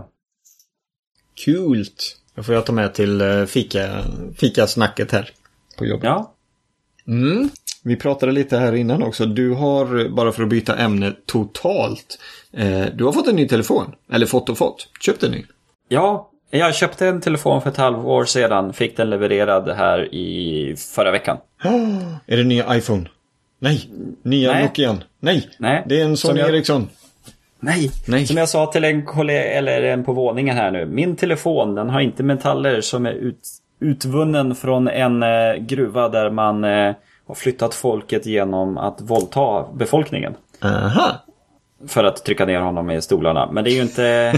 Kult. Jag får ta med till fika-snacket här på jobbet. Ja. Vi pratade lite här innan också. Du har, bara för att byta ämne totalt, du har fått en ny telefon. Eller fått. Köpt en ny. Ja, jag köpte en telefon för ett halvår sedan. Fick den levererad här i förra veckan. Är det nya iPhone? Nej. Nya Nokian? Nej. Det är en Sony Ericsson. Nej. Som jag sa till en kollega, eller en på våningen här nu. Min telefon, den har inte metaller som är utvunnen från en gruva där man har flyttat folket genom att våldta befolkningen. Aha. För att trycka ner honom i stolarna. Men det är ju inte...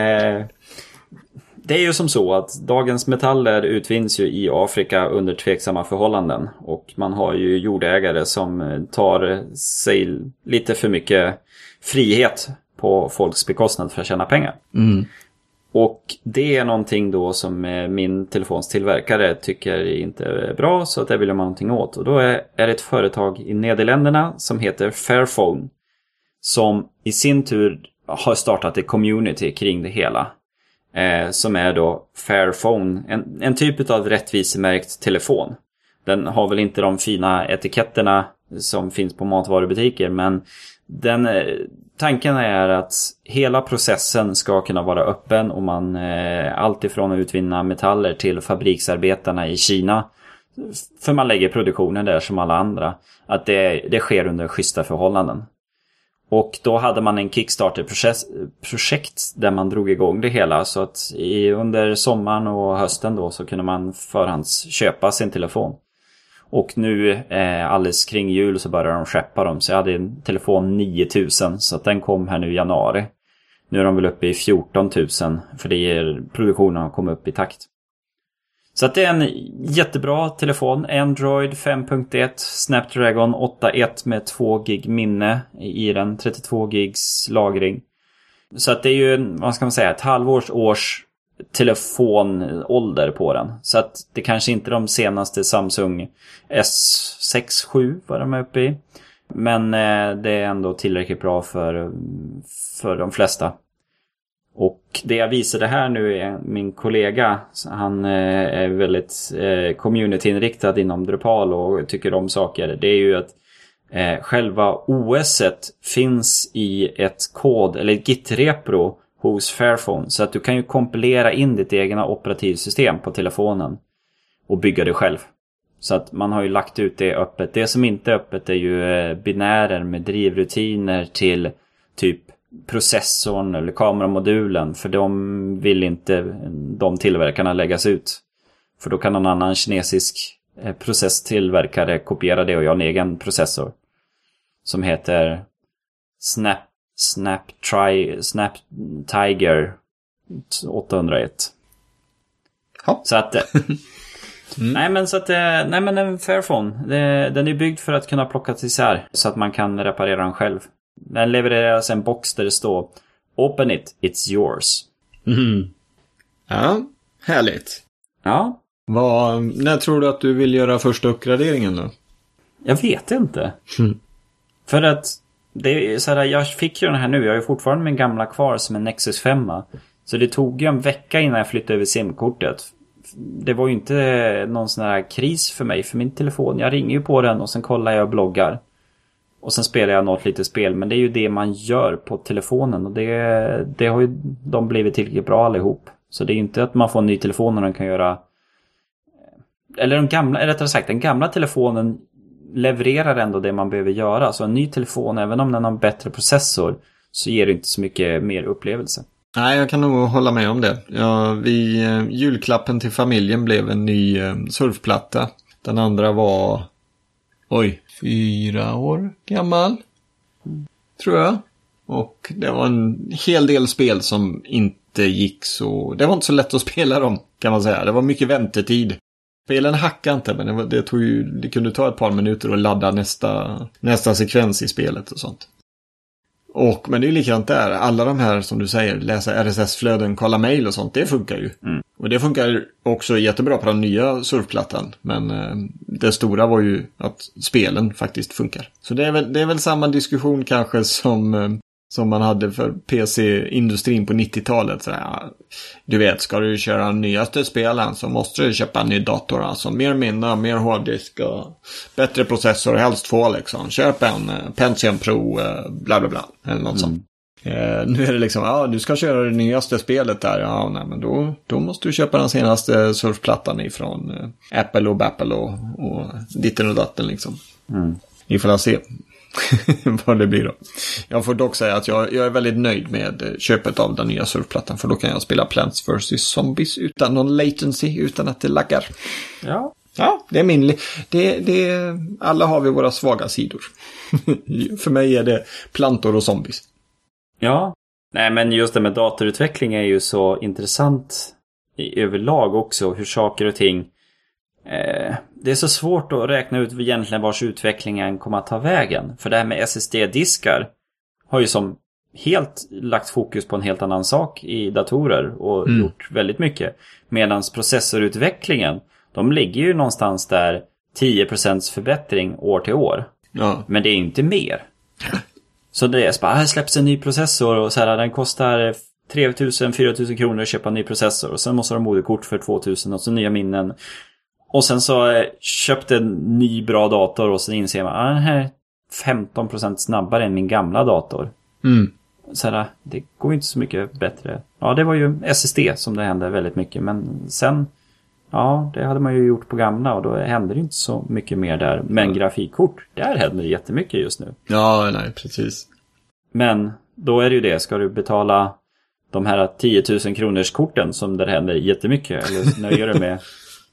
det är ju som så att dagens metaller utvinns ju i Afrika under tveksamma förhållanden. Och man har ju jordägare som tar sig lite för mycket frihet på folks bekostnad för att tjäna pengar. Och det är någonting då som min telefonstillverkare tycker inte är bra, så att det vill man någonting åt. Och då är det ett företag i Nederländerna som heter Fairphone, som i sin tur har startat ett community kring det hela. Som är då Fairphone, en typ av rättvisemärkt telefon. Den har väl inte de fina etiketterna som finns på matvarubutiker, men tanken är att hela processen ska kunna vara öppen, och man allt ifrån att utvinna metaller till fabriksarbetarna i Kina, för man lägger produktionen där som alla andra, att det sker under schyssta förhållanden. Och då hade man en Kickstarter-projekt där man drog igång det hela, så att under sommaren och hösten då så kunde man förhandsköpa sin telefon. Och nu alldeles kring jul så börjar de skeppa dem. Så jag hade en telefon 9000, så att den kom här nu i januari. Nu är de väl uppe i 14 000, för produktionen har kommit upp i takt. Så att det är en jättebra telefon. Android 5.1, Snapdragon 8.1 med 2 gig minne i den, 32 gigs lagring. Så att det är ju, vad ska man säga, ett halvårs telefonålder på den. Så att det kanske inte är de senaste Samsung S6, 7 var de uppe i. Men det är ändå tillräckligt bra för de flesta. Och det jag visade här nu är min kollega. Han är väldigt communityinriktad inom Drupal och tycker om saker. Det är ju att själva OS:et finns i ett kod eller ett Git-repro hos Fairphone. Så att du kan ju kompilera in ditt egna operativsystem på telefonen och bygga det själv. Så att man har ju lagt ut det öppet. Det som inte är öppet är ju binärer med drivrutiner till typ processorn eller kameramodulen. För de vill inte de tillverkarna läggas ut. För då kan någon annan kinesisk processtillverkare kopiera det och göra en egen processor. Som heter Snap Tiger 801. Ja. Så att nej men en Fairphone, den är byggd för att kunna plockas isär så att man kan reparera den själv. Den levereras en box där det står Open it, it's yours. Ja, härligt. Ja. När tror du att du vill göra första uppgraderingen då? Jag vet inte. För att det är så här, jag fick ju den här nu. Jag har ju fortfarande min gamla kvar som en Nexus 5. Så det tog ju en vecka innan jag flyttade över SIM-kortet. Det var ju inte någon sån här kris för mig. För min telefon, jag ringer ju på den och sen kollar jag bloggar. Och sen spelar jag något litet spel. Men det är ju det man gör på telefonen. Och det har ju de blivit tillräckligt bra allihop. Så det är ju inte att man får en ny telefon och den kan göra... Eller den gamla telefonen levererar ändå det man behöver göra. Så en ny telefon, även om den har en bättre processor, så ger det inte så mycket mer upplevelse. Nej, jag kan nog hålla med om det. Julklappen till familjen blev en ny surfplatta. Den andra var 4 år gammal. Tror jag. Och det var en hel del spel som inte gick så... Det var inte så lätt att spela dem, kan man säga. Det var mycket väntetid. Spelen hackade inte, men det kunde ta ett par minuter att ladda nästa sekvens i spelet och sånt. Men det är likadant där. Alla de här, som du säger, läsa RSS-flöden, kolla mail och sånt, det funkar ju. Mm. Och det funkar också jättebra på den nya surfplattan. Men det stora var ju att spelen faktiskt funkar. Så det är väl samma diskussion kanske som man hade för PC-industrin på 90-talet. Så du vet, ska du köra nyaste spelen så måste du köpa en ny dator. Alltså mer minne, mer hårddisk och bättre processor, helst få liksom. Köp en Pentium Pro, bla bla bla. Eller något sånt. Nu är det liksom, du ska köra det nyaste spelet där. Ja, nej, men då måste du köpa den senaste surfplattan ifrån Apple och Apple och ditten och datten liksom. Vi får se vad det blir då. Jag får dock säga att jag är väldigt nöjd med köpet av den nya surfplattan, för då kan jag spela Plants vs. Zombies utan någon latency, utan att det laggar. Ja, det är min... alla har vi våra svaga sidor. För mig är det plantor och zombies. Ja, nej, men just det med datorutveckling är ju så intressant i överlag också, hur saker och ting... Det är så svårt att räkna ut egentligen vars utvecklingen kommer att ta vägen. För det här med SSD-diskar har ju som helt lagt fokus på en helt annan sak i datorer och gjort väldigt mycket. Medan processorutvecklingen, de ligger ju någonstans där 10% förbättring år till år. Ja. Men det är inte mer. Så det är så bara, här släpps en ny processor och så här, den kostar 3 000-4 000 kronor att köpa en ny processor. Och sen måste de ha moderkort för 2 000 och så nya minnen. Och sen så köpte en ny bra dator och sen inser man att den här är 15% snabbare än min gamla dator. Så här, det går inte så mycket bättre. Ja, det var ju SSD som det hände väldigt mycket. Men sen, det hade man ju gjort på gamla och då hände det inte så mycket mer där. Men grafikkort, där händer det jättemycket just nu. Ja, nej, precis. Men då är det ju det, ska du betala de här 10 000 kronors korten som där händer jättemycket? Eller nöjer du med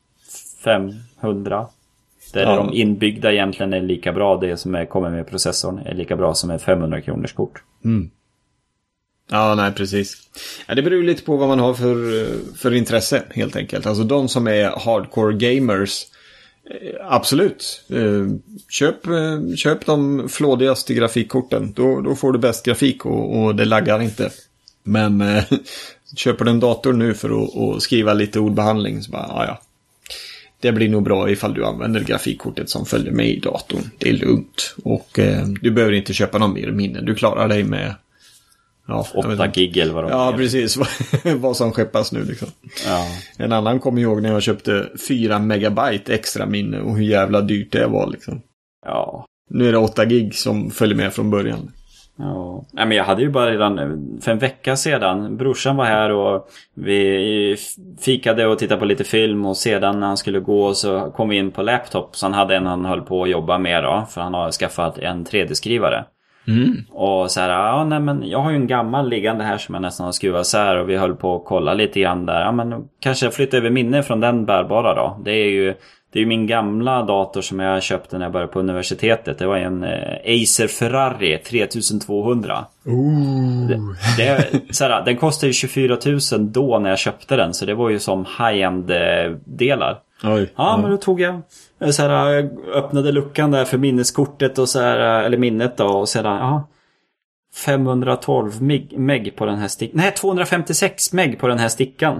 500? Där de inbyggda egentligen är lika bra, det som kommer med processorn är lika bra som ett 500 kronors kort. Ja, nej, precis. Ja, det beror lite på vad man har för intresse, helt enkelt. Alltså de som är hardcore gamers, absolut. Köp de flådigaste grafikkorten. Då får du bäst grafik och det laggar inte. Men köper du en dator nu för att skriva lite ordbehandling så bara, det blir nog bra ifall du använder grafikkortet som följer med i datorn. Det är lugnt. Och du behöver inte köpa någon mer minne. Du klarar dig med 8 gig eller vad de är. Precis. Vad som skeppas nu liksom. Ja. En annan kommer ihåg när jag köpte 4 megabyte extra minne och hur jävla dyrt det var liksom. Ja. Nu är det 8 gig som följer med från början. Ja, men jag hade ju bara redan för en vecka sedan, brorsan var här och vi fikade och tittade på lite film och sedan när han skulle gå så kom vi in på laptop, så han hade en han höll på att jobba med då, för han har skaffat en 3D-skrivare. Och så här, men jag har ju en gammal liggande här som jag nästan har skruvat så här och vi höll på att kolla lite grann där. Men kanske flytta över minne från den bärbara då. Det är ju min gamla dator som jag köpte när jag började på universitetet. Det var en Acer Ferrari 3200. Den kostade ju 24 000 då när jag köpte den. Så det var ju som high-end delar. Men då tog jag så här, öppnade luckan där för minneskortet och så här, eller minnet då, och sedan 512 meg på den här stickan. Nej, 256 meg på den här stickan.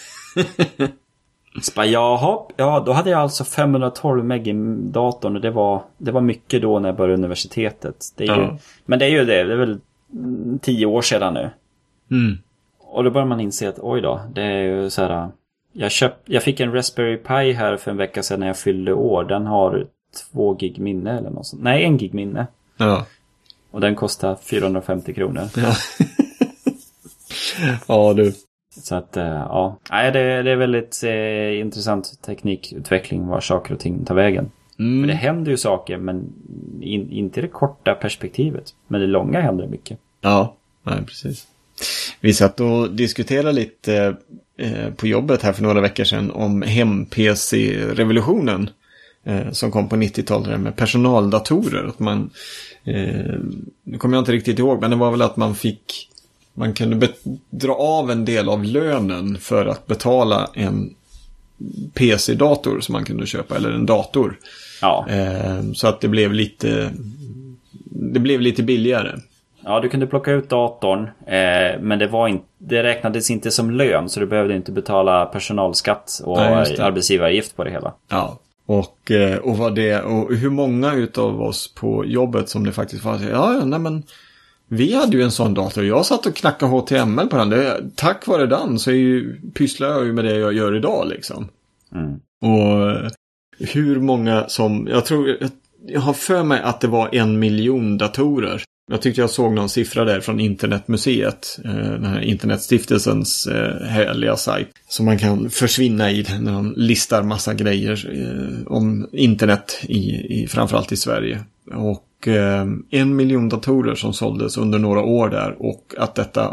Så bara, då hade jag alltså 512 meg i datorn och det var mycket då när jag började universitetet. Det är ju, men det är ju det är väl 10 år sedan nu. Och då börjar man inse att oj då, det är ju så här. Jag fick en Raspberry Pi här för en vecka sedan när jag fyllde år. Den har 2 gig minne eller något sånt. Nej, 1 gig minne. Ja. Och den kostar 450 kronor. Ja. Ja, du. Så att, Nej, det är väldigt intressant teknikutveckling var saker och ting tar vägen. För det händer ju saker, men inte i det korta perspektivet. Men det långa händer mycket. Ja, nej, precis. Vi satt och diskuterade lite på jobbet här för några veckor sedan om hem-PC-revolutionen. som kom på 90-talet med personaldatorer. Att man, nu kommer jag inte riktigt ihåg, men det var väl att man kunde dra av en del av lönen för att betala en PC-dator som man kunde köpa, eller en dator. Ja. Så att det blev lite billigare. Ja, du kunde plocka ut datorn, men det räknades inte som lön, så du behövde inte betala personalskatt och arbetsgivaravgift på det hela. Ja. Och hur många utav oss på jobbet som det faktiskt var, men vi hade ju en sån dator. Jag satt och knackade HTML på den. Tack vare den så pysslar jag ju med det jag gör idag liksom. Mm. Och hur många som, jag har för mig att det var 1 miljon datorer. Jag tyckte jag såg någon siffra där från Internetmuseet, den här Internetstiftelsens härliga sajt, som man kan försvinna i när de listar massa grejer om internet framförallt i Sverige. Och 1 miljon datorer som såldes under några år där, och att detta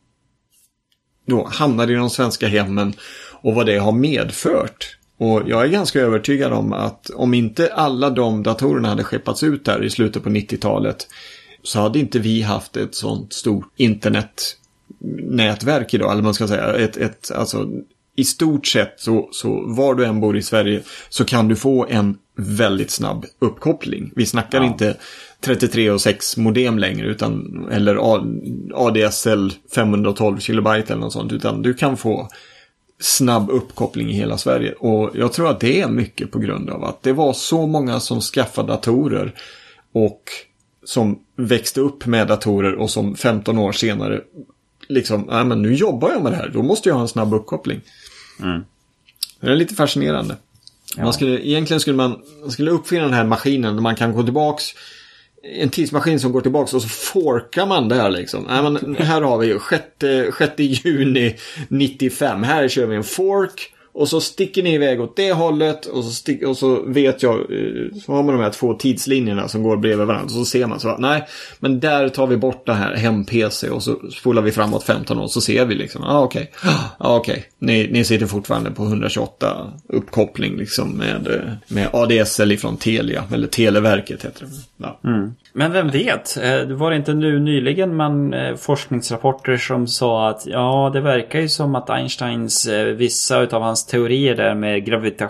då hamnade i de svenska hemmen och vad det har medfört. Och jag är ganska övertygad om att om inte alla de datorerna hade skeppats ut där i slutet på 90-talet, så hade inte vi haft ett sånt stort internetnätverk idag, eller man ska säga. Alltså, i stort sett så var du än bor i Sverige så kan du få en väldigt snabb uppkoppling. Vi snackar inte 33.6 modem längre, eller ADSL 512 kilobyte eller något sånt, utan du kan få snabb uppkoppling i hela Sverige. Och jag tror att det är mycket på grund av att det var så många som skaffade datorer och som växte upp med datorer och som 15 år senare liksom, men nu jobbar jag med det här, då måste jag ha en snabb uppkoppling. Mm. Det är lite fascinerande. Ja. Egentligen skulle man uppfinna den här maskinen där man kan gå tillbaks, en tidsmaskin som går tillbaks, och så forkar man det här liksom. Men här har vi ju 6 juni 95. Här kör vi en fork. Och så sticker ni iväg åt det hållet. Och så vet jag. Så har man de här 2 tidslinjerna som går bredvid varandra. Och så ser man så. Nej, men där tar vi bort det här hem-PC. Och så spolar vi framåt 15 år. Så ser vi liksom. Okej. Ni sitter fortfarande på 128 uppkoppling liksom med ADSL ifrån Telia. Eller Televerket heter det. Ja. Mm. Men vem vet? Det var inte nu nyligen forskningsrapporter som sa att det verkar ju som att Einsteins vissa utav hans teorier där med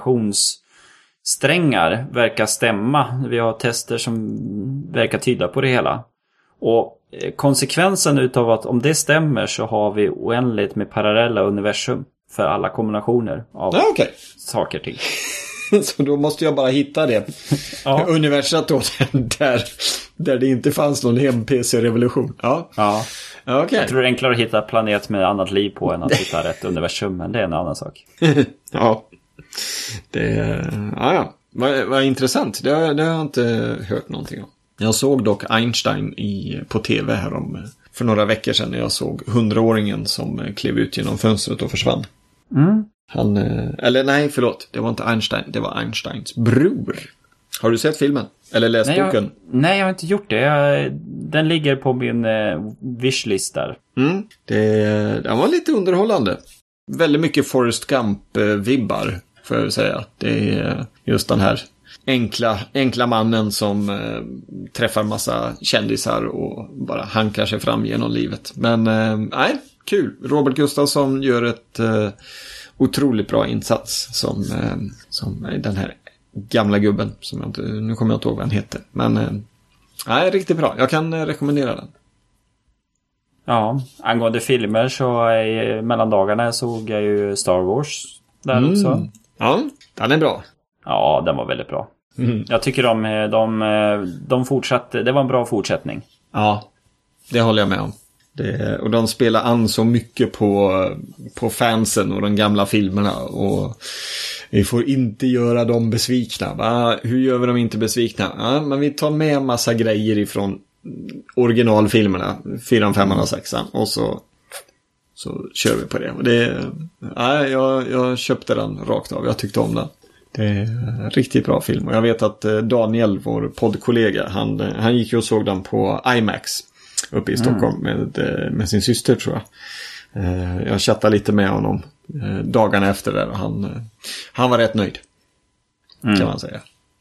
gravitationssträngar verkar stämma. Vi har tester som verkar tyda på det hela. Och konsekvensen utav att om det stämmer så har vi oändligt med parallella universum för alla kombinationer av saker till. Så då måste jag bara hitta det. Ja. Universat då, där det inte fanns någon hem-PC-revolution. Ja. Okay. Jag tror det är enklare att hitta planet med annat liv på än att hitta rätt universum, men det är en annan sak. Ja. Vad intressant. Det har jag inte hört någonting om. Jag såg dock Einstein på tv för några veckor sedan när jag såg 100-åringen som klev ut genom fönstret och försvann. Mm. Det var inte Einstein, det var Einsteins bror. Har du sett filmen? Eller läst boken? Nej, jag har inte gjort det. Den ligger på min wishlist där. Den var lite underhållande. Väldigt mycket Forrest Gump-vibbar, får jag säga. Det är just den här enkla mannen som träffar massa kändisar och bara hankar sig fram genom livet. Men kul. Robert Gustafsson gör ett otroligt bra insats som den här gamla gubben som nu kommer jag inte ihåg vad han heter, men riktigt bra. Jag kan rekommendera den. Ja, angående filmer så mellan dagarna såg jag ju Star Wars där också. Ja, den är bra. Ja, den var väldigt bra. Jag tycker de fortsatte, det var en bra fortsättning. Ja, det håller jag med om. Och de spelar an så mycket på fansen och de gamla filmerna, och vi får inte göra dem besvikna. Hur gör vi dem inte besvikna? Men vi tar med en massa grejer ifrån originalfilmerna, 4, 5 och 6, och så kör vi på det. Och jag köpte den rakt av. Jag tyckte om den. Det är en riktigt bra film. Och jag vet att Daniel, vår poddkollega, han gick ju och såg den på IMAX uppe i Stockholm med sin syster, tror jag. Jag chattade lite med honom dagarna efter där, och han var rätt nöjd, kan man säga.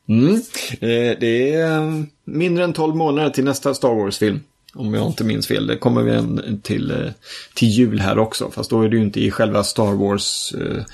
Det är mindre än 12 månader till nästa Star Wars-film. Om jag inte minns fel. Det kommer vi till jul här också. Fast då är det ju inte i själva Star Wars...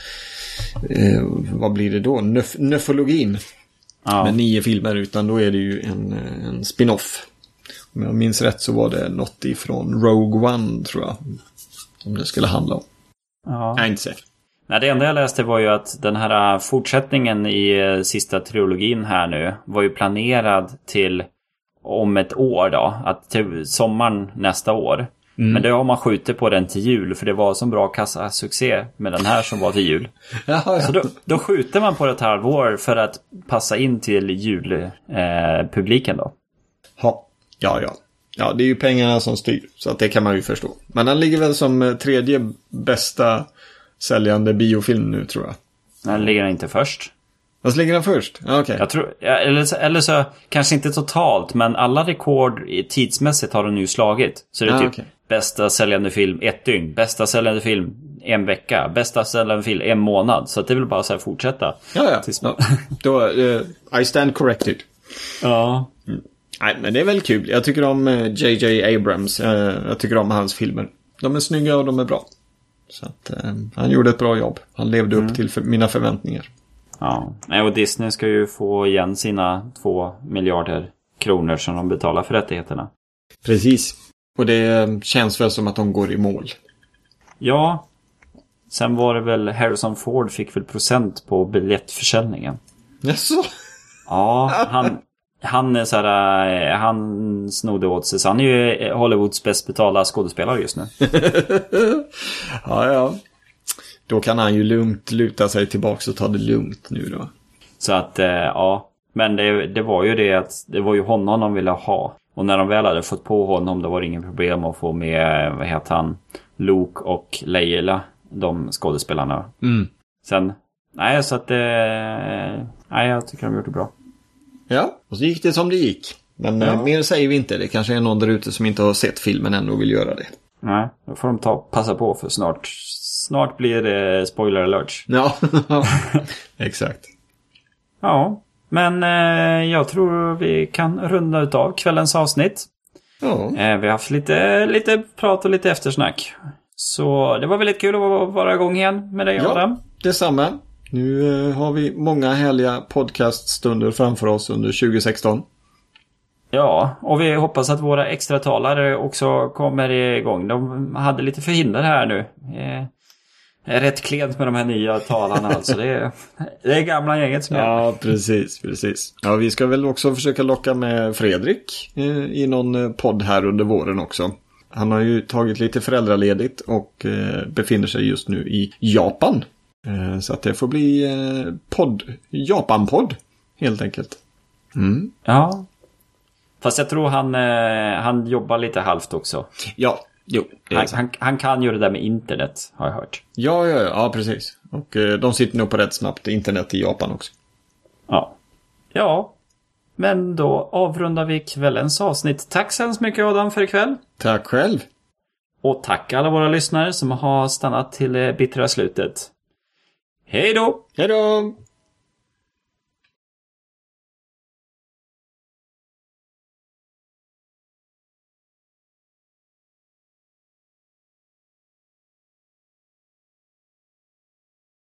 vad blir det då? Nöfologin. Ja. Med 9 filmer. Utan då är det ju en spin-off. Om jag minns rätt så var det något ifrån Rogue One, tror jag. Som det skulle handla om. Ja. Jag är inte säker. Nej, det enda jag läste var ju att den här fortsättningen i sista trilogin här nu var ju planerad till om ett år då. Att till sommaren nästa år. Men då har man skjutit på den till jul. För det var så bra kassasuccé med den här som var till jul. Ja. Så då skjuter man på ett halvår för att passa in till julpubliken då. Ja, det är ju pengarna som styr. Så att det kan man ju förstå. Men den ligger väl som 3:e bästa säljande biofilm nu, tror jag. Den ligger inte först. Vad ligger den först? Okay. Jag tror, eller så kanske inte totalt, men alla rekord tidsmässigt har den nu slagit. Så det är typ bästa säljande film 1 dygn, bästa säljande film 1 vecka, bästa säljande film 1 månad. Så det vill bara så här fortsätta. Ja. Då, I stand corrected. Ja. Nej, men det är väl kul. Jag tycker om J.J. Abrams. Jag tycker om hans filmer. De är snygga och de är bra. Så att han gjorde ett bra jobb. Han levde upp till mina förväntningar. Ja, och Disney ska ju få igen sina 2 miljarder kronor som de betalar för rättigheterna. Precis. Och det känns väl som att de går i mål. Ja. Sen var det väl Harrison Ford fick väl procent på biljettförsäljningen. Jaså? Ja, han är så här, han snodde åt sig. Så han är ju Hollywoods bäst betalda skådespelare just nu. Ja. Då kan han ju lugnt luta sig tillbaka och ta det lugnt nu då. Så att, ja. Men det var ju det att det var ju honom de ville ha. Och när de väl hade fått på honom, då var det ingen problem att få med, vad heter han, Luke och Leila, de skådespelarna. Sen, nej, så att nej, jag tycker de gjort det bra. Ja, och så gick det som det gick. Men mer säger vi inte. Det kanske är någon där ute som inte har sett filmen än och vill göra det. Nej, då får de passa på för snart blir det spoiler alert. Ja, exakt. Ja, men jag tror vi kan runda utav kvällens avsnitt. Ja. Vi har haft lite prat och lite eftersnack. Så det var väldigt kul att vara igång igen med dig, Adam. Ja, detsamma. Nu har vi många härliga podcaststunder framför oss under 2016. Ja, och vi hoppas att våra extra talare också kommer igång. De hade lite förhinder här nu. Är rätt klent med de här nya talarna alltså. Det är gamla gänget som Ja, precis. Ja, vi ska väl också försöka locka med Fredrik i någon podd här under våren också. Han har ju tagit lite föräldraledigt och befinner sig just nu i Japan. Så att det får bli Japan-podd helt enkelt. Ja. Fast jag tror han jobbar lite halvt också. Ja, jo. Han kan ju det där med internet, har jag hört. Ja, precis. Och de sitter nog på rätt snabbt internet i Japan också. Ja, men då avrundar vi kvällens avsnitt. Tack så hemskt mycket, Adam, för ikväll. Tack själv. Och tack alla våra lyssnare som har stannat till bittra slutet. Hej då! Hej då!